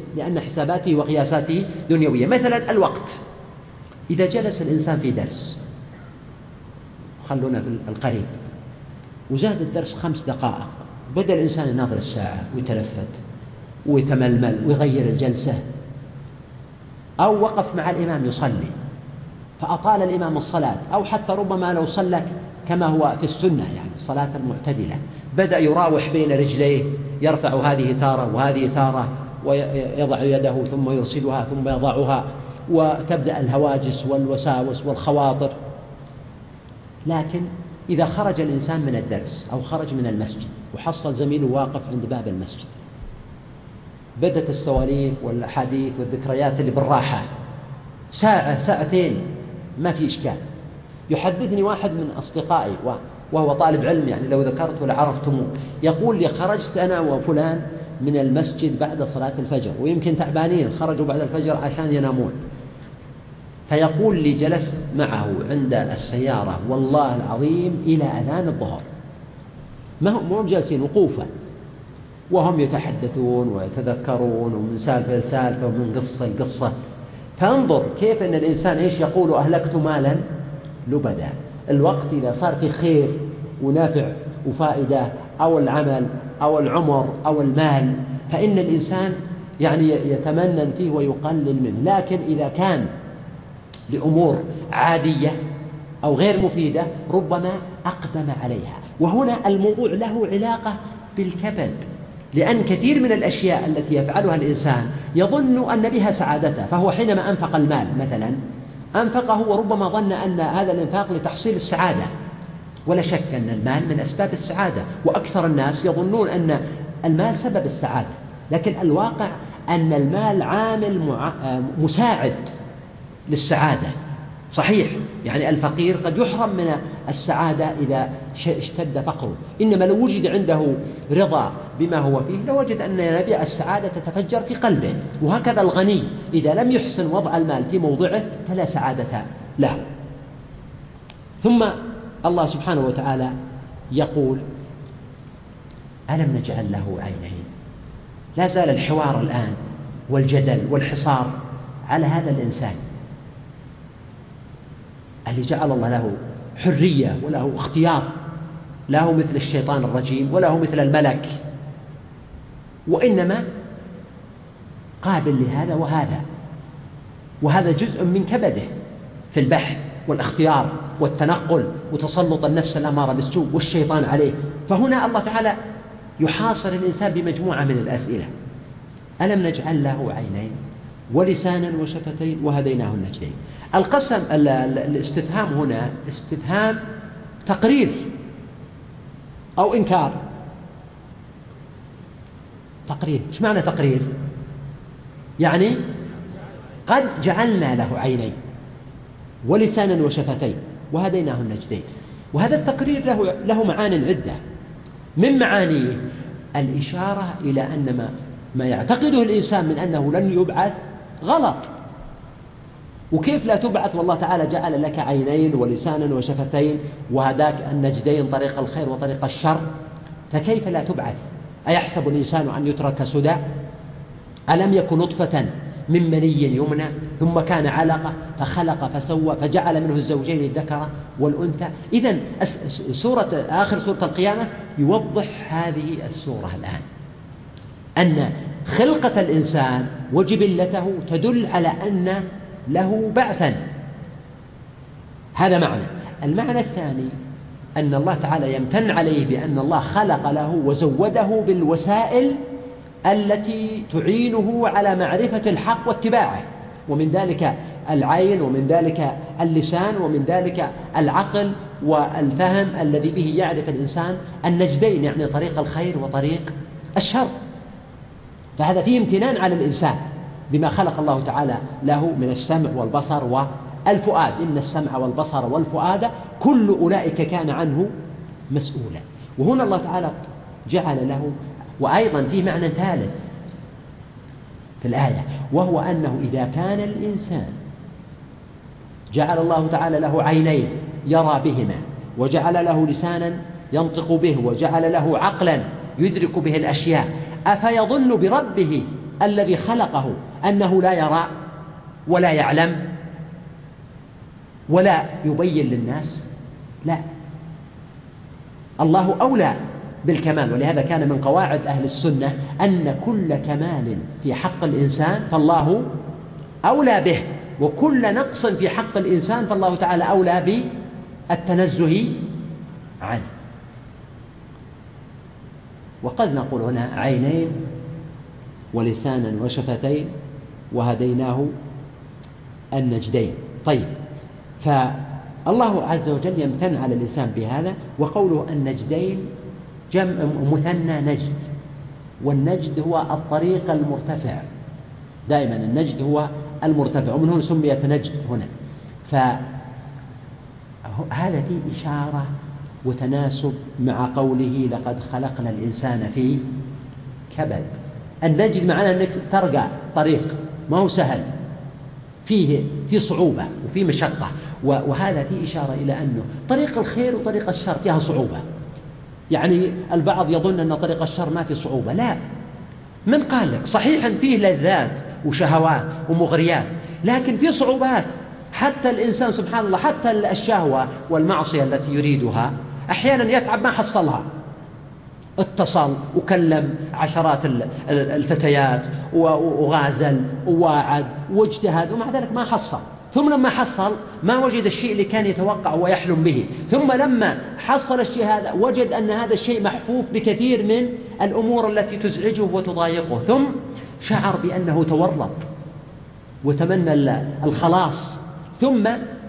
مثلا الوقت. إذا جلس الإنسان في درس، خلونا في القريب، وزاد الدرس 5 دقائق، بدأ الإنسان يناظر الساعة ويتلفت ويتململ ويغير الجلسة، أو وقف مع الإمام يصلي فأطال الإمام الصلاة، أو حتى ربما لو صلى كما هو في السنة يعني الصلاة المعتدلة، بدأ يراوح بين رجليه، يرفع هذه تارة وهذه تارة، ويضع يده ثم يرسلها ثم يضعها، وتبدأ الهواجس والوساوس والخواطر. لكن إذا خرج الإنسان من الدرس أو خرج من المسجد وحصل زميله واقف عند باب المسجد، بدت السواليف والحديث والذكريات اللي بالراحة، ساعة ساعتين ما في إشكال. يحدثني واحد من أصدقائي وهو طالب علم، يعني لو ذكرته لعرفتموه، يقول لي خرجت أنا وفلان من المسجد بعد صلاة الفجر، ويمكن تعبانين خرجوا بعد الفجر عشان ينامون، فيقول لي جلست معه عند السيارة والله العظيم إلى أذان الظهر، ما هم جالسين وقوفا، وهم يتحدثون ويتذكرون، ومن سالفة لسالفة ومن قصة لقصة. فانظر كيف أن الإنسان يقول أهلكت مالا لبدا. الوقت إذا صار في خير ونافع وفائدة، أو العمل أو العمر أو المال، فإن الإنسان يعني يتمنن فيه ويقلل منه. لكن إذا كان لأمور عادية أو غير مفيدة ربما أقدم عليها. وهنا الموضوع له علاقة بالكبد، لأن كثير من الأشياء التي يفعلها الإنسان يظن أن بها سعادته، فهو حينما أنفق المال مثلا أنفقه وربما ظن أن هذا الإنفاق لتحصيل السعادة، ولا شك أن المال من أسباب السعادة، وأكثر الناس يظنون أن المال سبب السعادة، لكن الواقع أن المال عامل مساعد للسعادة. صحيح يعني الفقير قد يحرم من السعادة إذا اشتد فقره، إنما لو وجد عنده رضا بما هو فيه لوجد أن ينابيع السعادة تتفجر في قلبه. وهكذا الغني إذا لم يحسن وضع المال في موضعه فلا سعادة له. ثم الله سبحانه وتعالى يقول ألم نجعل له عينين. لا زال الحوار الآن والجدل والحصار على هذا الإنسان اللي جعل الله له حرية وله اختيار، لا هو مثل الشيطان الرجيم ولا هو مثل الملك، وإنما قابل لهذا وهذا جزء من كبده في البحث والاختيار والتنقل وتسلط النفس الأمارة بالسوء والشيطان عليه. فهنا الله تعالى يحاصر الإنسان بمجموعة من الأسئلة. ألم نجعل له عينين ولسانا وشفتين وهديناه النجدين. القسم الاستفهام هنا استفهام تقرير أو إنكار. تقرير، إيش معنى تقرير؟ يعني قد جعلنا له عينين ولسانا وشفتين. وهديناه النجدين. وهذا التقرير له معان عدة. من معانيه الإشارة إلى أن ما يعتقده الإنسان من أنه لن يبعث غلط. وكيف لا تبعث والله تعالى جعل لك عينين ولسانا وشفتين وهداك النجدين، طريق الخير وطريق الشر، فكيف لا تبعث؟ أيحسب الإنسان أن يترك سدى؟ ألم يكن نطفة من مني يمنى ثم كان علقة فخلق فسوى فجعل منه الزوجين الذكر والأنثى. إذن آخر سورة القيامة يوضح هذه السورة الآن أن خلقة الإنسان وجبلته تدل على أن له بعثا. هذا معنى. المعنى الثاني أن الله تعالى يمتن عليه بأن الله خلق له وزوده بالوسائل التي تعينه على معرفة الحق واتباعه، ومن ذلك العين، ومن ذلك اللسان، ومن ذلك العقل والفهم الذي به يعرف الإنسان النجدين، يعني طريق الخير وطريق الشر. فهذا فيه امتنان على الإنسان بما خلق الله تعالى له من السمع والبصر والفؤاد. إن السمع والبصر والفؤاد كل أولئك كان عنه مسؤولا. وهنا الله تعالى جعل له. وأيضا فيه معنى ثالث في الآية، وهو أنه إذا كان الإنسان جعل الله تعالى له عينين يرى بهما، وجعل له لسانا ينطق به، وجعل له عقلا يدرك به الأشياء، أفيظن بربه الذي خلقه أنه لا يرى ولا يعلم ولا يبين للناس؟ لا، الله أولى بالكمال. ولهذا كان من قواعد أهل السنة أن كل كمال في حق الإنسان فالله أولى به، وكل نقص في حق الإنسان فالله تعالى أولى بالتنزه عنه. وقد نقول هنا عينين ولسانا وشفتين وهديناه النجدين. طيب، فالله عز وجل يمتن على الإنسان بهذا. وقوله النجدين جمع مثنى نجد، والنجد هو الطريق المرتفع، دائما النجد هو المرتفع، ومن هنا سميت نجد هنا. فهذا فيه إشارة وتناسب مع قوله لقد خلقنا الإنسان في كبد. النجد معناه أنك ترقى طريق ما هو سهل، فيه صعوبة وفيه مشقة. وهذا فيه إشارة إلى أنه طريق الخير وطريق الشر فيها صعوبة. يعني البعض يظن أن طريق الشر ما فيه صعوبة. لا، من قال لك؟ صحيح فيه لذات وشهوات ومغريات، لكن فيه صعوبات. حتى الإنسان سبحان الله، حتى الشهوة والمعصية التي يريدها أحيانا يتعب ما حصلها. اتصل وكلم عشرات الفتيات وغازل وواعد واجتهد، ومع ذلك ما حصل. ثم لما حصل ما وجد الشيء اللي كان يتوقع ويحلم به. ثم لما حصل الشيء هذا وجد أن هذا الشيء محفوف بكثير من الأمور التي تزعجه وتضايقه. ثم شعر بأنه تورط وتمنى الخلاص. ثم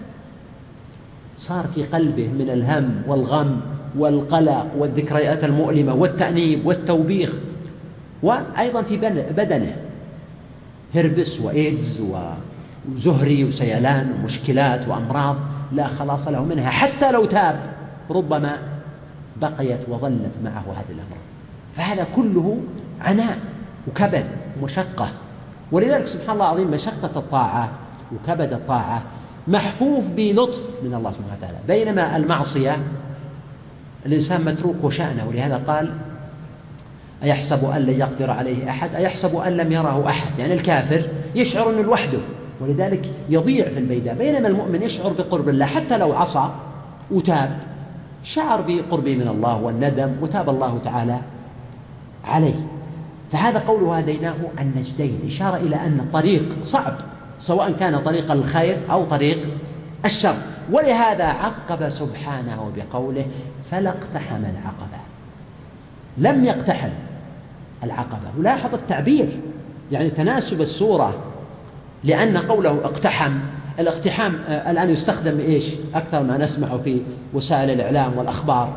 صار في قلبه من الهم والغم والقلق والذكريات المؤلمة والتأنيب والتوبيخ. وأيضا في بدنه هربس وإيدز وزهري وسيلان ومشكلات وأمراض لا خلاص له منها. حتى لو تاب ربما بقيت وظلت معه هذه الأمراض. فهذا كله عناء وكبد ومشقة. ولذلك سبحان الله العظيم مشقة الطاعة وكبد الطاعة محفوف بلطف من الله سبحانه وتعالى، بينما المعصية الإنسان متروك وشأنه. ولهذا قال أيحسب أن لن يقدر عليه أحد، أيحسب أن لم يره أحد. يعني الكافر يشعر أنه لوحده ولذلك يضيع في البيداء، بينما المؤمن يشعر بقرب الله. حتى لو عصى وتاب شعر بقربه من الله والندم وتاب الله تعالى عليه. فهذا قوله هديناه النجدين إشارة إلى أن الطريق صعب، سواء كان طريق الخير أو طريق الشر. ولهذا عقب سبحانه بقوله فلا اقتحم العقبة. لم يقتحم العقبة. ولاحظ التعبير، يعني تناسب السورة، لأن قوله اقتحم، الاقتحام الآن يستخدم إيش أكثر ما نسمعه في وسائل الإعلام والأخبار؟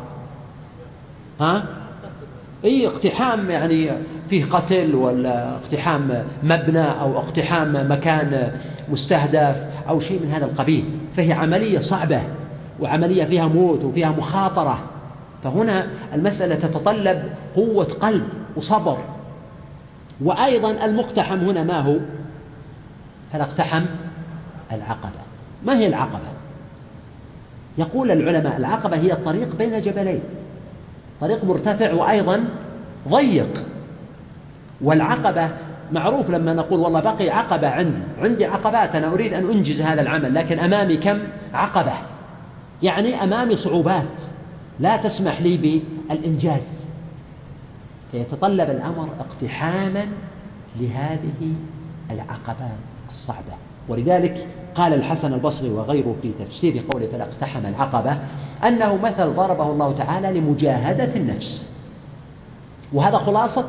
اقتحام يعني فيه قتل، ولا اقتحام مبنى، أو اقتحام مكان مستهدف، أو شيء من هذا القبيل. فهي عملية صعبة وعملية فيها موت وفيها مخاطرة، فهنا المسألة تتطلب قوة قلب وصبر. وأيضا المقتحم هنا ما هو؟ فلاقتحم العقبة. ما هي العقبة؟ يقول العلماء العقبة هي الطريق بين جبلين، طريق مرتفع وأيضا ضيق. والعقبة معروف لما نقول والله بقي عقبة عندي عقبات، أنا أريد أن أنجز هذا العمل، لكن أمامي كم عقبة؟ يعني أمامي صعوبات لا تسمح لي بالإنجاز، فيتطلب الأمر اقتحاما لهذه العقبات الصعبة. ولذلك قال الحسن البصري وغيره في تفسير قوله فلا اقتحم العقبة أنه مثل ضربه الله تعالى لمجاهدة النفس. وهذا خلاصة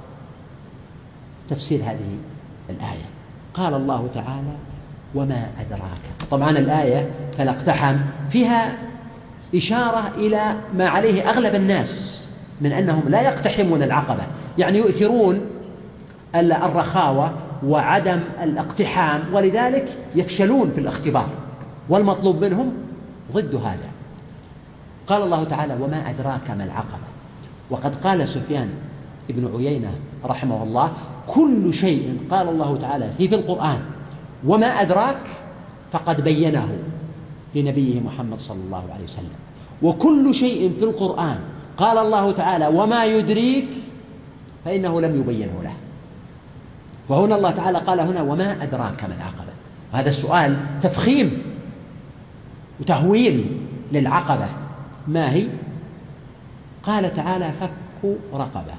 تفسير هذه الآية. قال الله تعالى وما أدراك. طبعا الآية فلا اقتحم فيها إشارة إلى ما عليه أغلب الناس من أنهم لا يقتحمون العقبة، يعني يؤثرون الرخاوة وعدم الاقتحام، ولذلك يفشلون في الاختبار، والمطلوب منهم ضد هذا. قال الله تعالى وما أدراك ما العقبة. وقد قال سفيان ابن عيينة رحمه الله كل شيء قال الله تعالى في القرآن وما أدراك فقد بينه لنبيه محمد صلى الله عليه وسلم، وكل شيء في القرآن قال الله تعالى وما يدريك فإنه لم يبينه له. وهنا الله تعالى قال هنا وما أدراك ما العقبة، وهذا السؤال تفخيم وتهويل للعقبة. ما هي؟ قال تعالى فك رقبة.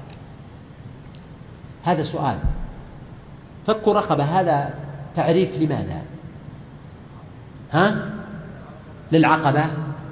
هذا سؤال، فك رقبة هذا تعريف لماذا؟ للعقبة؟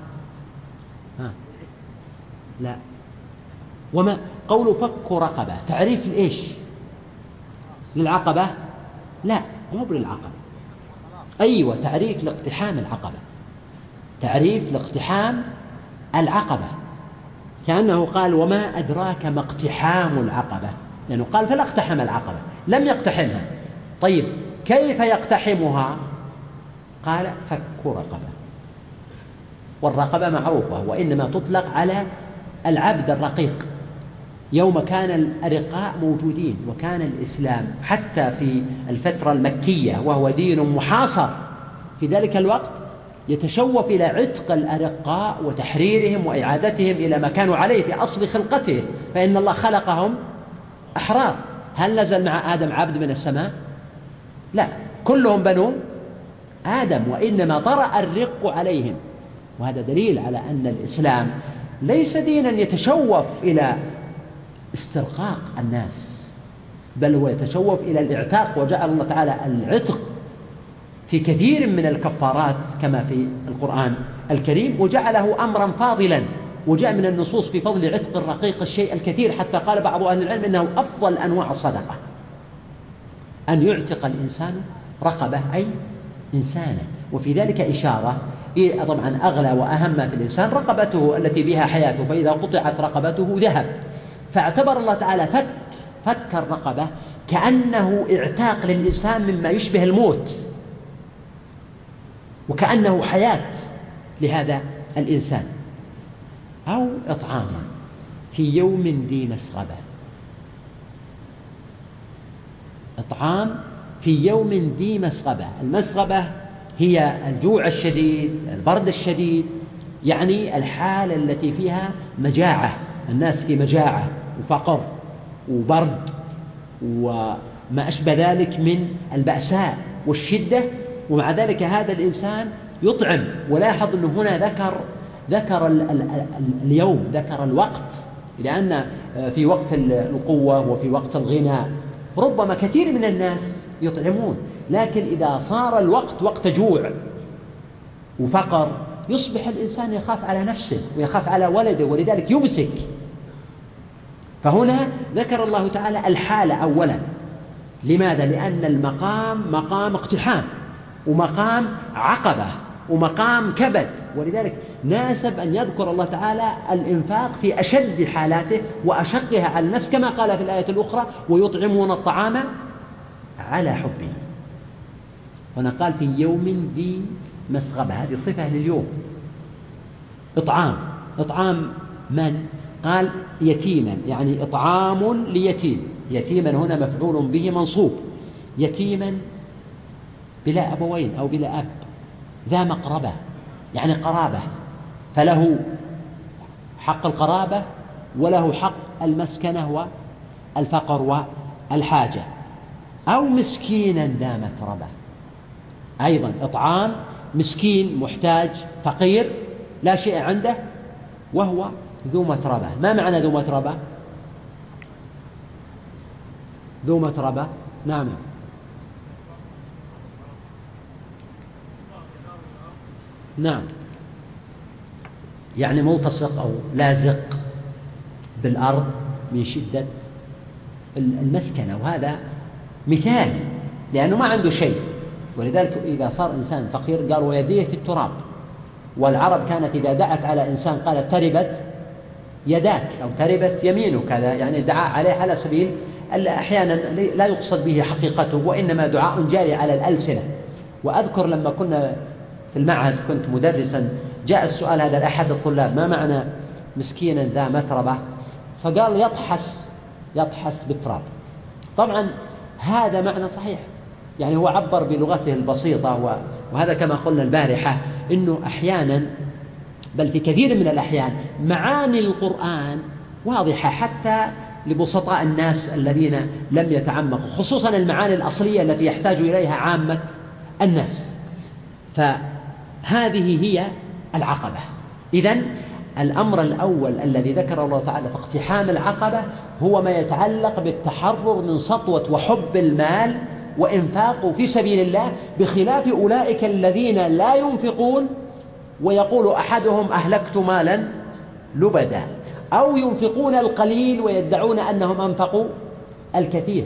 لا. وما قول فك رقبة تعريف لإيش؟ للعقبة؟ لا، مو للعقبة. أيوة، تعريف لاقتحام العقبة، تعريف لاقتحام العقبة، كأنه قال وما أدراك ما اقتحام العقبة، لأنه قال فلا اقتحم العقبة، لم يقتحمها. طيب كيف يقتحمها؟ قال فك رقبة. والرقبة معروفة، وإنما تطلق على العبد الرقيق. يوم كان الأرقاء موجودين وكان الإسلام حتى في الفترة المكية وهو دين محاصر في ذلك الوقت يتشوف إلى عتق الأرقاء وتحريرهم وإعادتهم إلى ما كانوا عليه في أصل خلقتهم، فإن الله خلقهم أحرار. هل نزل مع آدم عبد من السماء؟ لا، كلهم بنو آدم، وإنما طرأ الرق عليهم. وهذا دليل على أن الإسلام ليس دينا يتشوف إلى استرقاق الناس، بل هو يتشوف إلى الإعتاق. وجعل الله تعالى العتق في كثير من الكفارات كما في القرآن الكريم، وجعله أمرا فاضلا، وجاء من النصوص في فضل عتق الرقيق الشيء الكثير، حتى قال بعض أهل العلم إنه أفضل أنواع الصدقة أن يعتق الإنسان رقبة أي إنسانا. وفي ذلك إشارة طبعا أغلى وأهم في الإنسان رقبته التي بها حياته، فإذا قطعت رقبته ذهب. فاعتبر الله تعالى فك الرقبة كأنه اعتاق للإنسان مما يشبه الموت، وكأنه حياة لهذا الإنسان. أو إطعاما في يوم ذي مسغبة، إطعام في يوم ذي مسغبة. المسغبة هي الجوع الشديد، البرد الشديد، يعني الحالة التي فيها مجاعة، الناس في مجاعة وفقر وبرد وما أشبه ذلك من البأساء والشدة، ومع ذلك هذا الإنسان يطعم. ولاحظ أنه هنا ذكر اليوم، ذكر الوقت، لأن في وقت القوة وفي وقت الغنى ربما كثير من الناس يطعمون، لكن إذا صار الوقت وقت جوع وفقر يصبح الإنسان يخاف على نفسه ويخاف على ولده، ولذلك يمسك. فهنا ذكر الله تعالى الحالة أولا. لماذا؟ لأن المقام مقام اقتحام ومقام عقبة ومقام كبد، ولذلك ناسب أن يذكر الله تعالى الإنفاق في أشد حالاته وأشقها على النفس، كما قال في الآية الأخرى ويطعمون الطعام على حبه. هنا قال في يوم ذي مسغبة، هذه صفة لليوم، إطعام من؟ قال يتيما، يعني إطعام ليتيم. يتيما هنا مفعول به منصوب، يتيما بلا أبوين أو بلا أب، ذا مقربة يعني قرابة، فله حق القرابة وله حق المسكنة والفقر والحاجة. أو مسكينا ذا متربة، أيضا إطعام مسكين محتاج فقير لا شيء عنده وهو ذو متربة. ما معنى ذو متربة؟ ذو متربة نعم نعم، يعني ملتصق أو لازق بالأرض من شدة المسكنة، وهذا مثال لأنه ما عنده شيء. ولذلك إذا صار إنسان فقير قال ويديه في التراب. والعرب كانت إذا دعت على إنسان قالت تربت يداك أو تربت يمينك، كذا يعني دعاء عليه على سبيل أحيانا لا يقصد به حقيقته، وإنما دعاء جاري على الألسنة. وأذكر لما كنا في المعهد كنت مدرسا جاء السؤال هذا لأحد الطلاب: ما معنى مسكينا ذا متربة؟ فقال يطحس بالتراب. طبعا هذا معنى صحيح، يعني هو عبر بلغته البسيطة، وهذا كما قلنا البارحة إنه أحيانا بل في كثير من الأحيان معاني القرآن واضحة حتى لبسطاء الناس الذين لم يتعمقوا، خصوصا المعاني الأصلية التي يحتاج إليها عامة الناس. فهذه هي العقبة. إذن الأمر الأول الذي ذكره الله تعالى في اقتحام العقبة هو ما يتعلق بالتحرر من سطوة وحب المال وإنفاقه في سبيل الله، بخلاف أولئك الذين لا ينفقون ويقول أحدهم أهلكت مالا لبدا، أو ينفقون القليل ويدعون أنهم أنفقوا الكثير.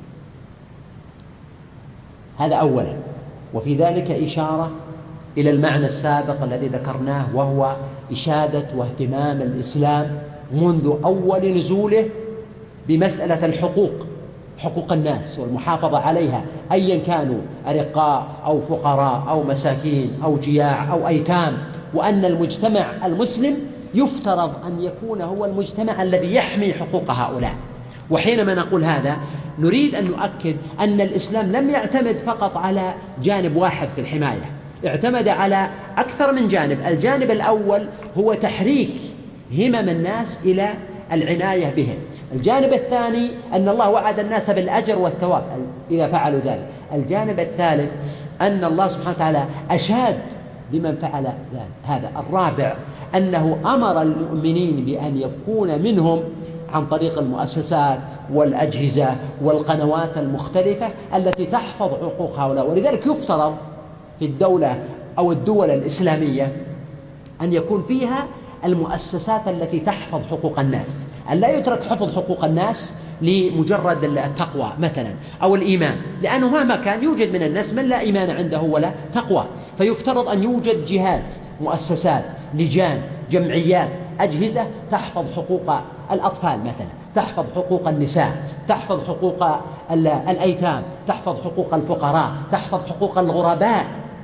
هذا أولا. وفي ذلك إشارة إلى المعنى السابق الذي ذكرناه، وهو إشادة واهتمام الإسلام منذ أول نزوله بمسألة الحقوق، حقوق الناس والمحافظة عليها، أيا كانوا أرقاء أو فقراء أو مساكين أو جياع أو أيتام، وأن المجتمع المسلم يفترض أن يكون هو المجتمع الذي يحمي حقوق هؤلاء. وحينما نقول هذا نريد أن نؤكد أن الإسلام لم يعتمد فقط على جانب واحد في الحماية، اعتمد على أكثر من جانب. الجانب الأول هو تحريك همم الناس إلى العناية بهم. الجانب الثاني أن الله وعد الناس بالأجر والثواب إذا فعلوا ذلك. الجانب الثالث أن الله سبحانه وتعالى أشاد بمن فعل ذلك. هذا الرابع أنه أمر المؤمنين بأن يكون منهم عن طريق المؤسسات والأجهزة والقنوات المختلفة التي تحفظ حقوق هؤلاء. ولذلك يفترض في الدولة أو الدول الإسلامية أن يكون فيها المؤسسات التي تحفظ حقوق الناس، أن لا يترك حفظ حقوق الناس لمجرد التقوى مثلا أو الإيمان، لأنه مهما كان يوجد من الناس من لا إيمان عنده ولا تقوى. فيفترض أن يوجد جهات، مؤسسات، لجان، جمعيات، أجهزة تحفظ حقوق الأطفال مثلا، تحفظ حقوق النساء، تحفظ حقوق الأيتام، تحفظ حقوق الفقراء، تحفظ حقوق الغرباء،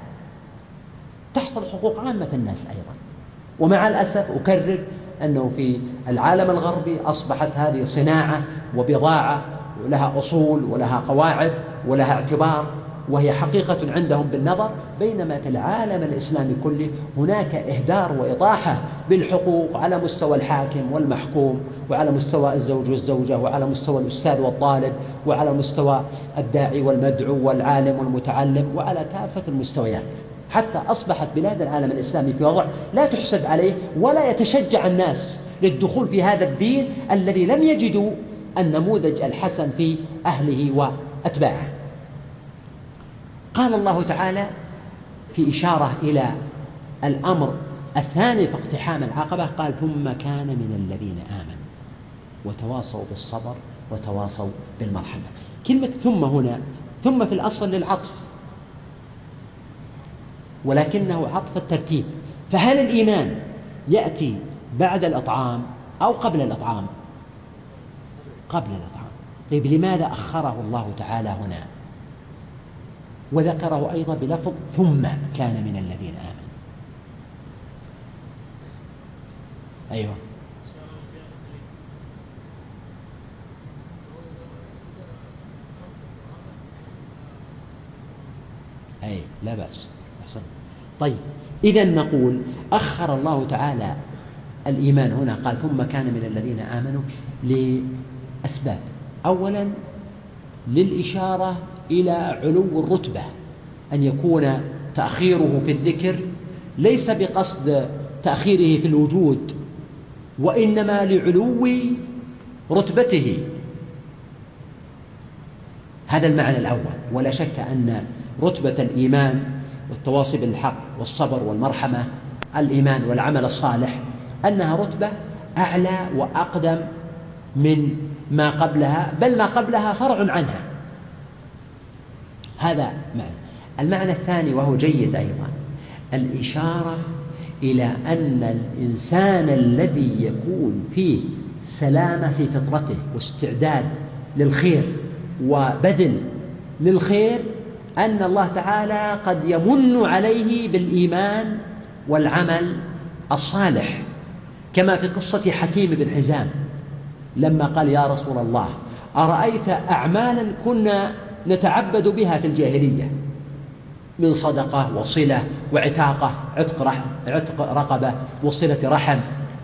تحفظ حقوق عامة الناس أيضا. ومع الأسف أكرر أنه في العالم الغربي أصبحت هذه صناعة وبضاعة ولها أصول ولها قواعد ولها اعتبار، وهي حقيقة عندهم بالنظر، بينما في العالم الإسلامي كله هناك إهدار وإطاحة بالحقوق على مستوى الحاكم والمحكوم، وعلى مستوى الزوج والزوجة، وعلى مستوى الأستاذ والطالب، وعلى مستوى الداعي والمدعو والعالم والمتعلم، وعلى كافة المستويات. حتى أصبحت بلاد العالم الإسلامي في وضع لا تحسد عليه ولا يتشجع الناس للدخول في هذا الدين الذي لم يجدوا النموذج الحسن في أهله وأتباعه. قال الله تعالى في إشارة إلى الأمر الثاني في اقتحام العقبة، قال ثم كان من الذين آمنوا وتواصوا بالصبر وتواصوا بالمرحمة. كلمة ثم هنا، ثم في الأصل للعطف، ولكنه عطف الترتيب. فهل الإيمان يأتي بعد الإطعام أو قبل الإطعام؟ قبل الإطعام. طيب لماذا أخره الله تعالى هنا وذكره أيضا بلفظ ثم كان من الذين آمنوا؟ أيوه. أي لا بأس. أحسن. طيب إذن نقول أخر الله تعالى الإيمان هنا، قال ثم كان من الذين آمنوا لأسباب. أولا للإشارة إلى علو الرتبة، أن يكون تأخيره في الذكر ليس بقصد تأخيره في الوجود، وإنما لعلو رتبته. هذا المعنى الأول. ولا شك أن رتبة الإيمان والتواصي بالحق والصبر والمرحمة، الإيمان والعمل الصالح، أنها رتبة أعلى وأقدم من ما قبلها، بل ما قبلها فرع عنها. هذا معنى. المعنى الثاني وهو جيد أيضا، الإشارة إلى أن الإنسان الذي يكون فيه سلامة في فطرته واستعداد للخير وبذل للخير، أن الله تعالى قد يمن عليه بالإيمان والعمل الصالح، كما في قصة حكيم بن حزام لما قال يا رسول الله أرأيت أعمالا كنا نتعبد بها في الجاهلية من صدقة وصلة وعتاقة، عتق رقبة وصلة رحم،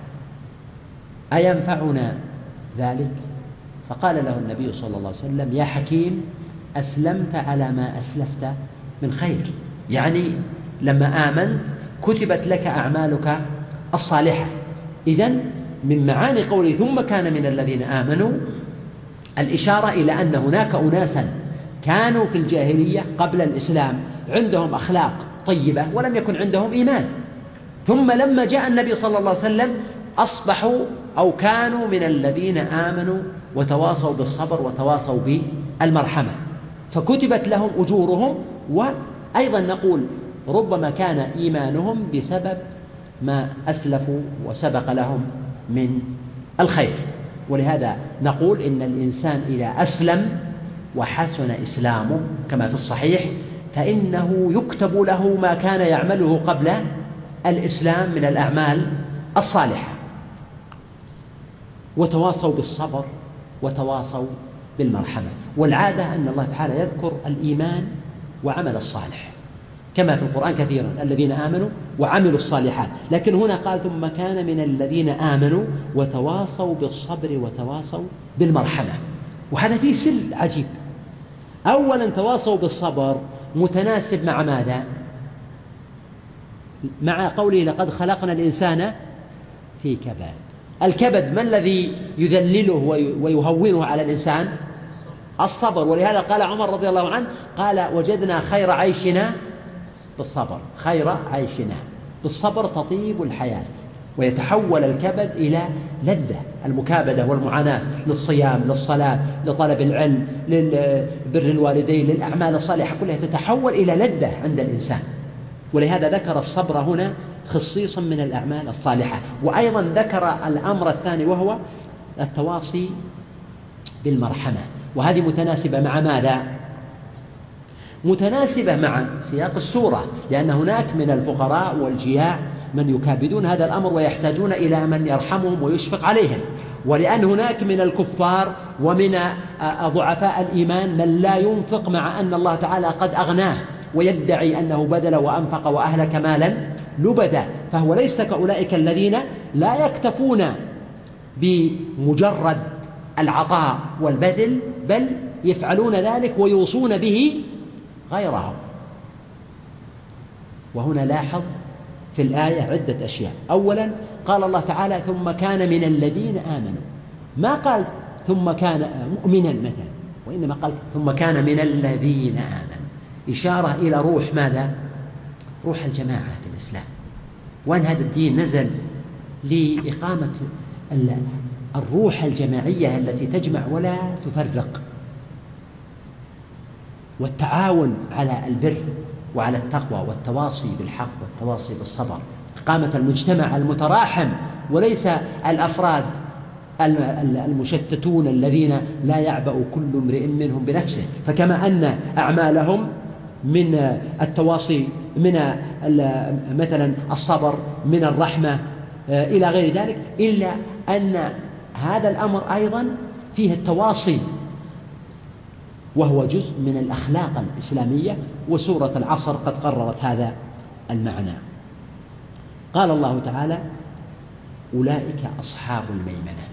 أينفعنا ذلك؟ فقال له النبي صلى الله عليه وسلم يا حكيم أسلمت على ما أسلفت من خير، يعني لما آمنت كتبت لك أعمالك الصالحة. إذن من معاني قوله ثم كان من الذين آمنوا الإشارة إلى أن هناك أناسا كانوا في الجاهلية قبل الإسلام عندهم أخلاق طيبة ولم يكن عندهم إيمان، ثم لما جاء النبي صلى الله عليه وسلم أصبحوا أو كانوا من الذين آمنوا وتواصوا بالصبر وتواصوا بالمرحمة، فكتبت لهم أجورهم. وأيضا نقول ربما كان إيمانهم بسبب ما أسلفوا وسبق لهم من الخير. ولهذا نقول إن الإنسان إذا أسلم وحسن إسلامه كما في الصحيح فإنه يكتب له ما كان يعمله قبل الإسلام من الأعمال الصالحة. وتواصوا بالصبر وتواصوا بالمرحمة. والعادة أن الله تعالى يذكر الإيمان وعمل الصالح كما في القرآن كثيرا، الذين آمنوا وعملوا الصالحات، لكن هنا قال ثم كان من الذين آمنوا وتواصوا بالصبر وتواصوا بالمرحمة. وهذا فيه سر عجيب. أولا تواصوا بالصبر متناسب مع ماذا؟ مع قوله لقد خلقنا الإنسان في كبد. الكبد ما الذي يذلله ويهونه على الإنسان؟ الصبر. ولهذا قال عمر رضي الله عنه قال وجدنا خير عيشنا بالصبر، خير عيشنا بالصبر تطيب الحياة، ويتحول الكبد إلى لذة، المكابدة والمعاناة للصيام للصلاة لطلب العلم لبر الوالدين للأعمال الصالحة كلها تتحول إلى لذة عند الإنسان. ولهذا ذكر الصبر هنا خصيصا من الأعمال الصالحة. وأيضا ذكر الأمر الثاني وهو التواصي بالمرحمة، وهذه متناسبة مع ماذا؟ متناسبة مع سياق السورة، لأن هناك من الفقراء والجياع من يكابدون هذا الأمر ويحتاجون إلى من يرحمهم ويشفق عليهم، ولأن هناك من الكفار ومن ضعفاء الإيمان من لا ينفق مع أن الله تعالى قد أغناه ويدعي أنه بذل وأنفق وأهلك مالا لبدا، فهو ليس كأولئك الذين لا يكتفون بمجرد العطاء والبذل، بل يفعلون ذلك ويوصون به غيرهم. وهنا لاحظ في الآية عدة أشياء. أولا قال الله تعالى ثم كان من الذين آمنوا، ما قال ثم كان مؤمنا مثلا، وإنما قال ثم كان من الذين آمنوا، إشارة إلى روح ماذا؟ روح الجماعة في الإسلام، وأن هذا الدين نزل لإقامة الروح الجماعية التي تجمع ولا تفرق، والتعاون على البر وعلى التقوى والتواصي بالحق والتواصي بالصبر، إقامة المجتمع المتراحم وليس الأفراد المشتتون الذين لا يعبأ كل امرئ منهم بنفسه. فكما أن أعمالهم من التواصي من مثلا الصبر من الرحمة إلى غير ذلك، إلا أن هذا الأمر أيضا فيه التواصي، وهو جزء من الأخلاق الإسلامية، وسورة العصر قد قررت هذا المعنى. قال الله تعالى: أولئك أصحاب الميمنة.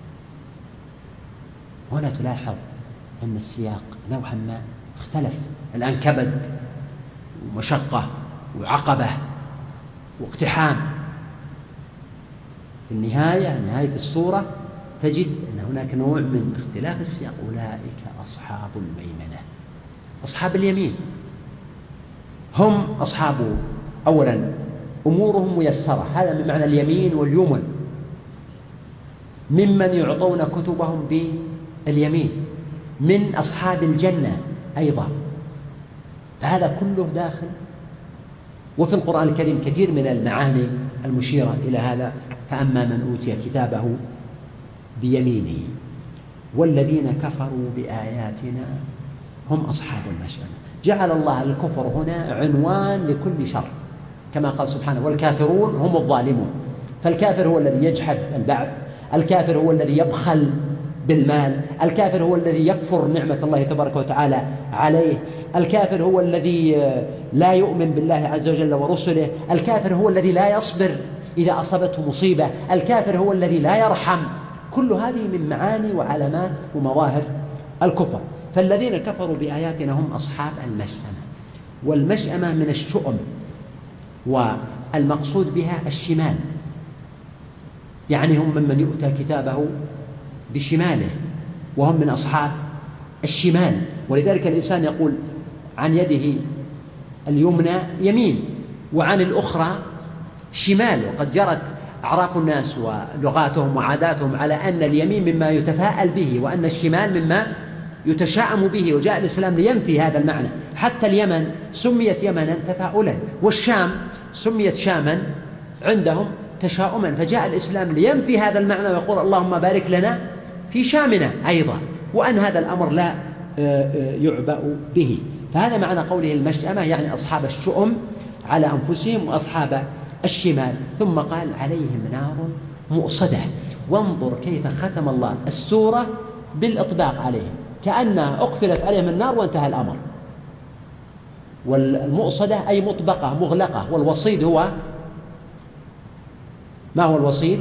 هنا تلاحظ أن السياق نوعا ما اختلف، الآن كبد ومشقة وعقبة واقتحام. في النهاية، نهاية السورة، تجد أن هناك نوع من اختلاف السياق. أولئك أصحاب الميمنة، أصحاب اليمين، هم أصحاب أولا أمورهم ميسرة، هذا من معنى اليمين واليمن، ممن يعطون كتبهم باليمين، من أصحاب الجنة أيضا، فهذا كله داخل. وفي القرآن الكريم كثير من المعاني المشيرة إلى هذا: فأما من أوتي كتابه بيمينه والذين كفروا بآياتنا هم أصحاب المشأمة. جعل الله الكفر هنا عنوان لكل شر، كما قال سبحانه: والكافرون هم الظالمون. فالكافر هو الذي يجحد البعث، الكافر هو الذي يبخل بالمال، الكافر هو الذي يكفر نعمة الله تبارك وتعالى عليه، الكافر هو الذي لا يؤمن بالله عز وجل ورسله، الكافر هو الذي لا يصبر إذا أصابته مصيبة، الكافر هو الذي لا يرحم. كل هذه من معاني وعلامات ومظاهر الكفر. فالذين كفروا بآياتنا هم أصحاب المشأمة، والمشأمة من الشؤم، والمقصود بها الشمال، يعني هم ممن يؤتى كتابه بشماله، وهم من أصحاب الشمال. ولذلك الإنسان يقول عن يده اليمنى يمين وعن الأخرى شمال. وقد جرت أعراف الناس ولغاتهم وعاداتهم على أن اليمين مما يتفاءل به، وأن الشمال مما يتشاءم به، وجاء الإسلام لينفي هذا المعنى. حتى اليمن سميت يمنا تفاؤلا، والشام سميت شاما عندهم تشاؤما، فجاء الإسلام لينفي هذا المعنى ويقول: اللهم بارك لنا في شامنا أيضا، وأن هذا الأمر لا يعبأ به. فهذا معنى قوله المشأمة، يعني أصحاب الشؤم على أنفسهم وأصحاب الشمال. ثم قال: عليهم نار مؤصدة. وانظر كيف ختم الله السورة بالإطباق عليهم، كأنها أقفلت عليهم النار وانتهى الأمر. والمؤصدة أي مطبقة مغلقة. والوصيد هو ما هو الوصيد؟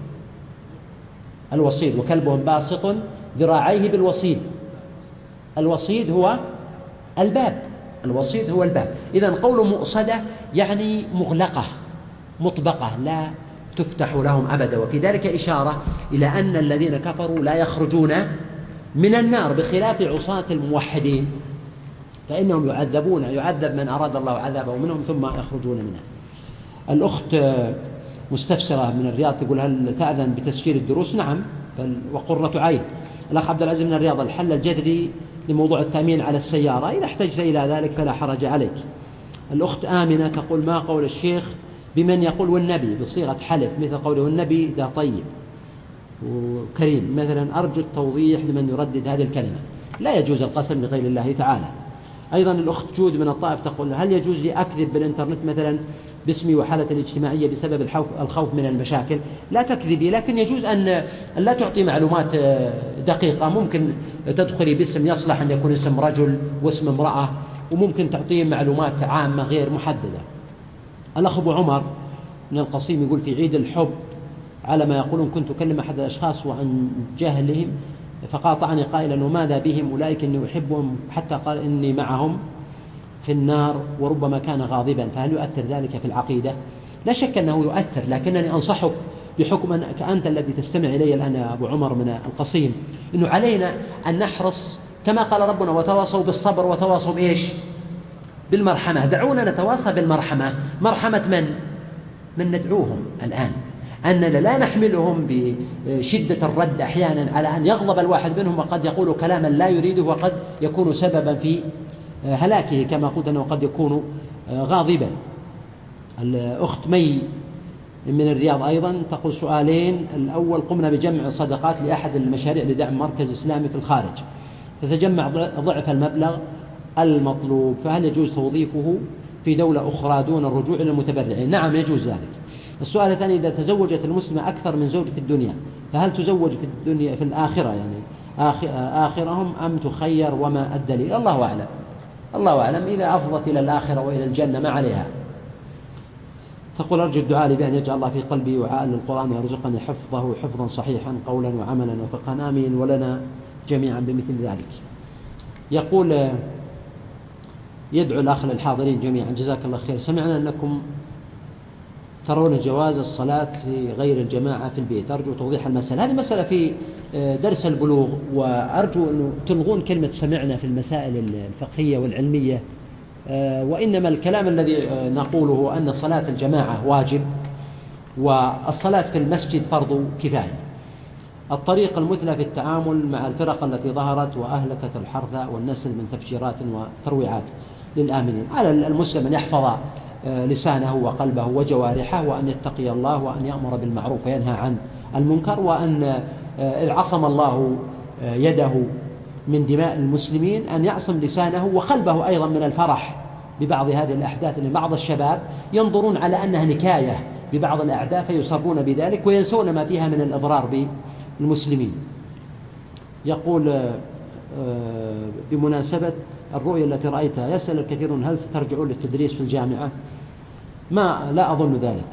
الوصيد وكلبهم باسط ذراعيه بالوصيد. الوصيد هو الباب، الوصيد هو الباب. إذن قول مؤصدة يعني مغلقة مطبقة لا تفتح لهم أبدا. وفي ذلك إشارة إلى أن الذين كفروا لا يخرجون من النار، بخلاف عصاة الموحدين فإنهم يعذبون، يعذب من أراد الله عذابه منهم ثم يخرجون منها. الأخت مستفسرة من الرياض تقول: هل تأذن بتسجيل الدروس؟ نعم، وقرة عين. الأخ عبد العزيز من الرياض: الحل الجذري لموضوع التأمين على السيارة، إذا احتجت إلى ذلك فلا حرج عليك. الأخت آمنة تقول: ما قول الشيخ بمن يقول والنبي بصيغة حلف، مثل قوله النبي ده طيب وكريم مثلا؟ أرجو التوضيح لمن يردد هذه الكلمة. لا يجوز القسم لغير الله تعالى. أيضا الأخت جود من الطائف تقول: هل يجوز لي أكذب بالإنترنت مثلا باسمي وحالة الاجتماعية بسبب الخوف من المشاكل؟ لا تكذبي، لكن يجوز أن لا تعطي معلومات دقيقة. ممكن تدخلي باسم يصلح أن يكون اسم رجل واسم امرأة، وممكن تعطيه معلومات عامة غير محددة. الأخ أبو عمر من القصيم يقول: في عيد الحب على ما يقولون كنت أكلم أحد الأشخاص وعن جهلهم فقاطعني قائلا: وماذا بهم أولئك إني أحبهم، حتى قال إني معهم في النار، وربما كان غاضبا. فهل يؤثر ذلك في العقيدة؟ لا شك أنه يؤثر، لكنني أنصحك بحكم أنك أنت الذي تستمع إلي الآن يا أبو عمر من القصيم، إنه علينا أن نحرص كما قال ربنا: وتواصوا بالصبر وتواصوا بإيش؟ بالمرحمة. دعونا نتواصى بالمرحمة. مرحمة من ندعوهم الآن، أننا لا نحملهم بشدة الرد أحيانا على أن يغضب الواحد منهم، وقد يقول كلاما لا يريده، وقد يكون سببا في هلاكه كما قلت أنه قد يكون غاضبا. الأخت مي من الرياض أيضا تقول سؤالين: الأول: قمنا بجمع صدقات لأحد المشاريع لدعم مركز إسلامي في الخارج، فتجمع ضعف المبلغ المطلوب، فهل يجوز توظيفه في دولة أخرى دون الرجوع إلى المتبرعين؟ نعم يجوز ذلك. السؤال الثاني: إذا تزوجت المسلمة أكثر من زوج في الدنيا فهل تزوج في الدنيا في الآخرة يعني آخرهم أم تخير؟ وما الدليل؟ الله أعلم. الله أعلم. إذا أفضت إلى الآخرة وإلى الجنة ما عليها. تقول: أرجو الدعاء لي بأن يجعل الله في قلبي وعاء للقرآن ويرزقني حفظه حفظا صحيحا قولا وعملا وفقها، آمين، ولنا جميعا بمثل ذلك. يقول: يدعو الأخ للحاضرين جميعا: جزاك الله خير، سمعنا أنكم ترون جواز الصلاة في غير الجماعة في البيت، أرجو توضيح المسألة. هذه مسألة في درس البلوغ، وأرجو أن تلغون كلمة سمعنا في المسائل الفقهية والعلمية، وإنما الكلام الذي نقوله أن صلاة الجماعة واجب والصلاة في المسجد فرض كفاية. الطريقة المثلى في التعامل مع الفرق التي ظهرت وأهلكت الحرث والنسل من تفجيرات وترويعات للآمنين. على المسلم أن يحفظ لسانه وقلبه وجوارحه، وأن يتقي الله، وأن يأمر بالمعروف وينهى عن المنكر، وأن إذ عصم الله يده من دماء المسلمين أن يعصم لسانه وقلبه أيضا من الفرح ببعض هذه الأحداث. لأن بعض الشباب ينظرون على أنها نكاية ببعض الأعداء فيصرون بذلك وينسون ما فيها من الإضرار بالمسلمين. يقول: بمناسبة الرؤية التي رأيتها، يسأل الكثيرون: هل سترجعون للتدريس في الجامعة؟ لا أظن ذلك.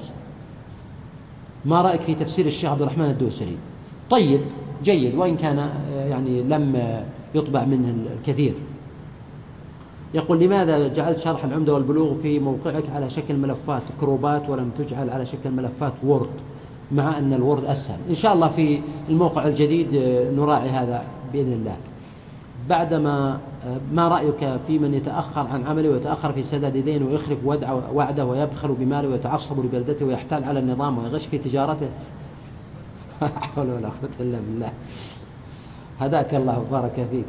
ما رأيك في تفسير الشيخ عبد الرحمن الدوسري؟ طيب، جيد، وإن كان يعني لم يطبع منه الكثير. يقول: لماذا جعلت شرح العمدة والبلوغ في موقعك على شكل ملفات كروبات ولم تجعل على شكل ملفات وورد، مع أن الوورد أسهل؟ إن شاء الله في الموقع الجديد نراعي هذا بإذن الله. بعدما ما رأيك في من يتأخر عن عمله ويتأخر في سداد دينه ويخلف وعده ويبخل بماله ويتعصب لبلدته ويحتال على النظام ويغش في تجارته؟ لا حول ولا قوة إلا بالله. هداك الله وبارك فيك.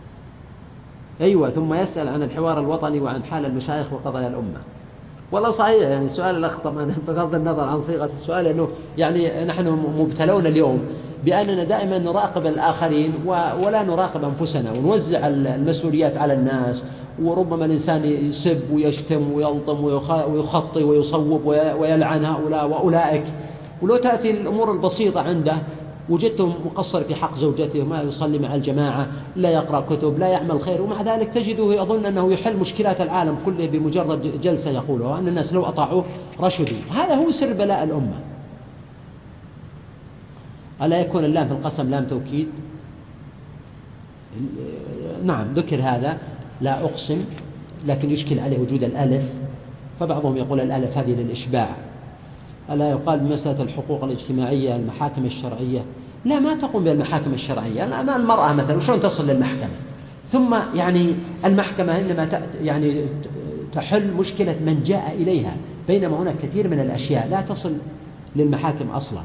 أيوة. ثم يسأل عن الحوار الوطني وعن حال المشايخ وقضايا الأمة. والله صحيح، يعني سؤال الأخ طبعا بغض النظر عن صيغة السؤال، أنه يعني نحن مبتلون اليوم بأننا دائما نراقب الآخرين ولا نراقب أنفسنا، ونوزع المسؤوليات على الناس، وربما الإنسان يسب ويشتم ويلطم ويخطي ويصوب ويلعن هؤلاء وأولئك، ولو تأتي الأمور البسيطة عنده وجدته مقصر في حق زوجته، ما يصلي مع الجماعة، لا يقرأ كتب، لا يعمل خير، ومع ذلك تجده يظن أنه يحل مشكلات العالم كله بمجرد جلسة يقولها، وأن الناس لو أطاعوه رشدوا. هذا هو سر بلاء الأمة. ألا يكون اللام في القسم لام توكيد؟ نعم، ذكر هذا، لا أقسم، لكن يشكل عليه وجود الألف، فبعضهم يقول الألف هذه للإشباع. ألا يقال بمسألة الحقوق الاجتماعية المحاكم الشرعية؟ لا، ما تقوم بالمحاكم الشرعية. أنا المرأة مثلا وشون تصل للمحكمة؟ ثم يعني المحكمة إنما يعني تحل مشكلة من جاء إليها، بينما هناك كثير من الأشياء لا تصل للمحاكم أصلا.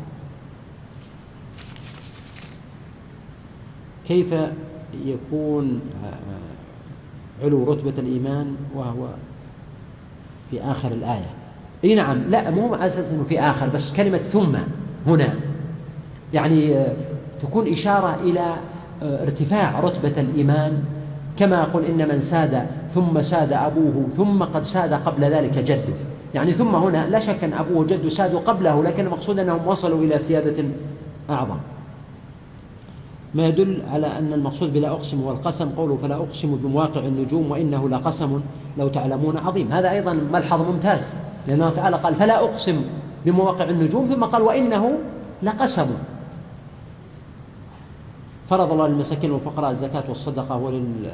كيف يكون علو رتبة الإيمان وهو في آخر الآية؟ اي نعم، لا مو على اساس انه في اخر، بس كلمه ثم هنا يعني تكون اشاره الى ارتفاع رتبه الايمان، كما يقول: ان من ساد ثم ساد ابوه ثم قد ساد قبل ذلك جده. يعني ثم هنا لا شك ان ابوه وجده سادوا قبله، لكن المقصود انهم وصلوا الى سياده اعظم. ما يدل على ان المقصود بلا اقسم هو القسم قوله: فلا اقسم بمواقع النجوم وانه لقسم لو تعلمون عظيم. هذا ايضا ملحظ ممتاز، لأنه تعالى قال: فلا أقسم بمواقع النجوم، ثم قال: وإنه لقسم. فرض الله للمساكين والفقراء الزكاة والصدقة وللناهين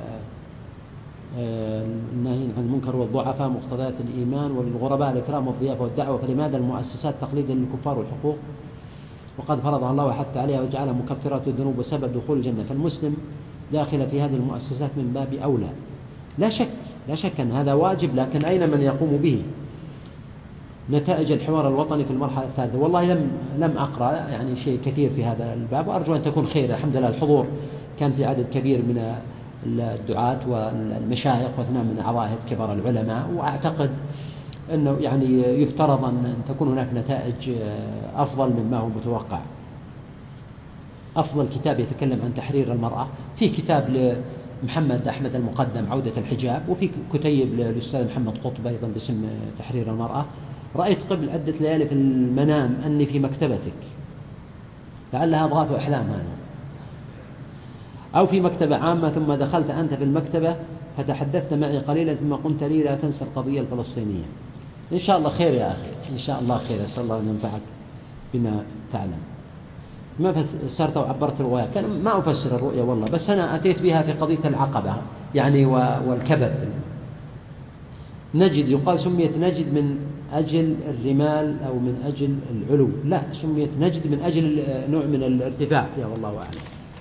عن المنكر والضعفاء مقتضيات الإيمان، وللغرباء الإكرام والضيافة والدعوة. فلماذا المؤسسات تقليدا للكفار والحقوق وقد فرضها الله وحث عليها وجعلها مكفرات الذنوب وسبب دخول الجنة؟ فالمسلم داخل في هذه المؤسسات من باب أولى. لا شك أن هذا واجب، لكن أين من يقوم به؟ نتائج الحوار الوطني في المرحلة الثالثة، والله لم أقرأ يعني شيء كثير في هذا الباب، وأرجو أن تكون خير. الحمد لله الحضور كان في عدد كبير من الدعاة والمشايخ واثنان من أعضاء كبار العلماء، وأعتقد أنه يعني يفترض أن تكون هناك نتائج أفضل مما هو متوقع. أفضل كتاب يتكلم عن تحرير المرأة، في كتاب لمحمد أحمد المقدم عودة الحجاب، وفي كتيب للأستاذ محمد قطب أيضا باسم تحرير المرأة. رأيت قبل عدة ليالي في المنام أني في مكتبتك، لعلها أضغاث أحلام هذا، أو في مكتبة عامة، ثم دخلت أنت في المكتبة فتحدثت معي قليلا ثم قلت لي لا تنسى القضية الفلسطينية. إن شاء الله خير يا أخي، إن شاء الله خير، أسأل الله أن ينفعك بما تعلم. ما فسرت وعبرت الرؤيا، كان ما أفسر الرؤيا والله، بس أنا أتيت بها في قضية العقبة يعني والكبد. نجد يقال سميت نجد من أجل الرمال أو من أجل العلو، لا، سميت نجد من أجل نوع من الارتفاع فيها والله أعلم.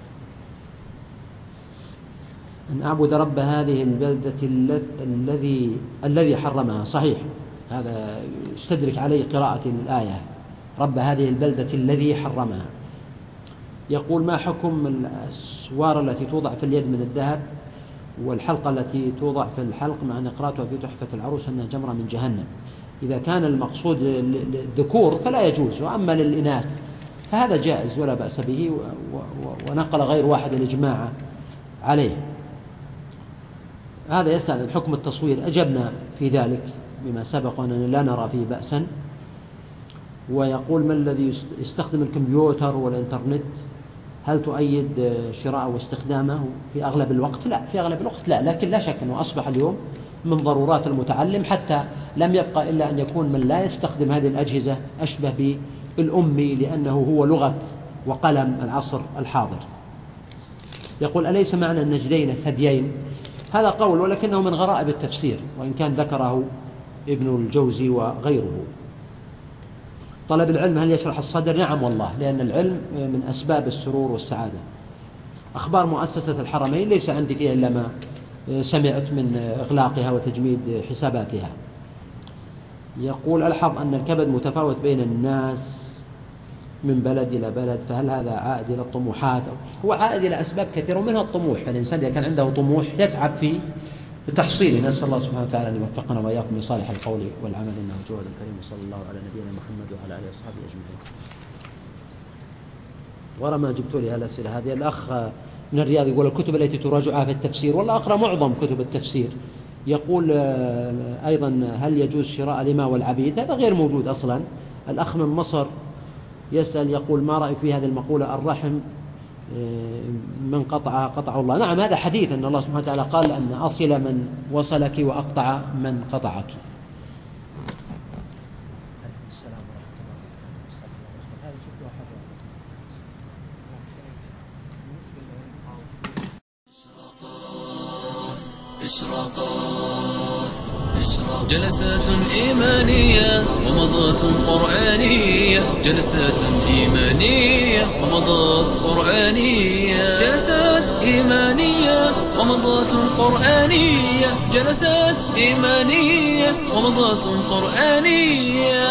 أن أعبد رب هذه البلدة الذي حرمها، صحيح، هذا يستدرك عليه قراءة الآية، رب هذه البلدة الذي حرمها. يقول ما حكم الأسوار التي توضع في اليد من الذهب والحلقة التي توضع في الحلق، مع أن قرأتها في تحفة العروس أنها جمرة من جهنم؟ إذا كان المقصود للذكور فلا يجوز، وأما للإناث فهذا جائز ولا بأس به، ونقل غير واحد الإجماع عليه. هذا يسأل عن حكم التصوير، أجبنا في ذلك بما سبق أننا لا نرى فيه بأسا. ويقول ما الذي يستخدم الكمبيوتر والإنترنت هل تؤيد شراءه واستخدامه في أغلب الوقت؟ لا، في أغلب الوقت لا، لكن لا شك أنه أصبح اليوم من ضرورات المتعلم، حتى لم يبقى إلا أن يكون من لا يستخدم هذه الأجهزة أشبه بالأمي، لأنه هو لغة وقلم العصر الحاضر. يقول أليس معنى النجدين الثديين؟ هذا قول ولكنه من غرائب التفسير، وإن كان ذكره ابن الجوزي وغيره. طلب العلم هل يشرح الصدر؟ نعم والله، لأن العلم من أسباب السرور والسعادة. أخبار مؤسسة الحرمين ليس عندي فيها إلا ما سمعت من إغلاقها وتجميد حساباتها. يقول ألحظ أن الكبد متفاوت بين الناس من بلد إلى بلد، فهل هذا عائد إلى الطموحات؟ هو عائد إلى أسباب كثيرة ومنها الطموح، فالإنسان إذا كان عنده طموح يتعب في تحصيله. نسأل الله سبحانه وتعالى أن يوفقنا وإياكم لصالح القول والعمل، إنه جواد كريم. صلى الله على نبينا محمد وعلى آله وصحبه أجمعين. ورا ما جبتوا لي هالأسئلة هذه، الأخ من الرياض يقول الكتب التي تراجعها في التفسير، والله أقرأ معظم كتب التفسير. يقول أيضا هل يجوز شراء الإماء والعبيد؟ هذا غير موجود أصلا. الأخ من مصر يسأل يقول ما رأيك في هذه المقولة الرحم من قطع قطعه الله؟ نعم، هذا حديث أن الله سبحانه وتعالى قال أن أصل من وصلك وأقطع من قطعك. جلسات إيمانية ومضات قرآنية، جلسات إيمانية ومضات قرآنية، جلسات إيمانية ومضات قرآنية، جلسات إيمانية ومضات قرآنية.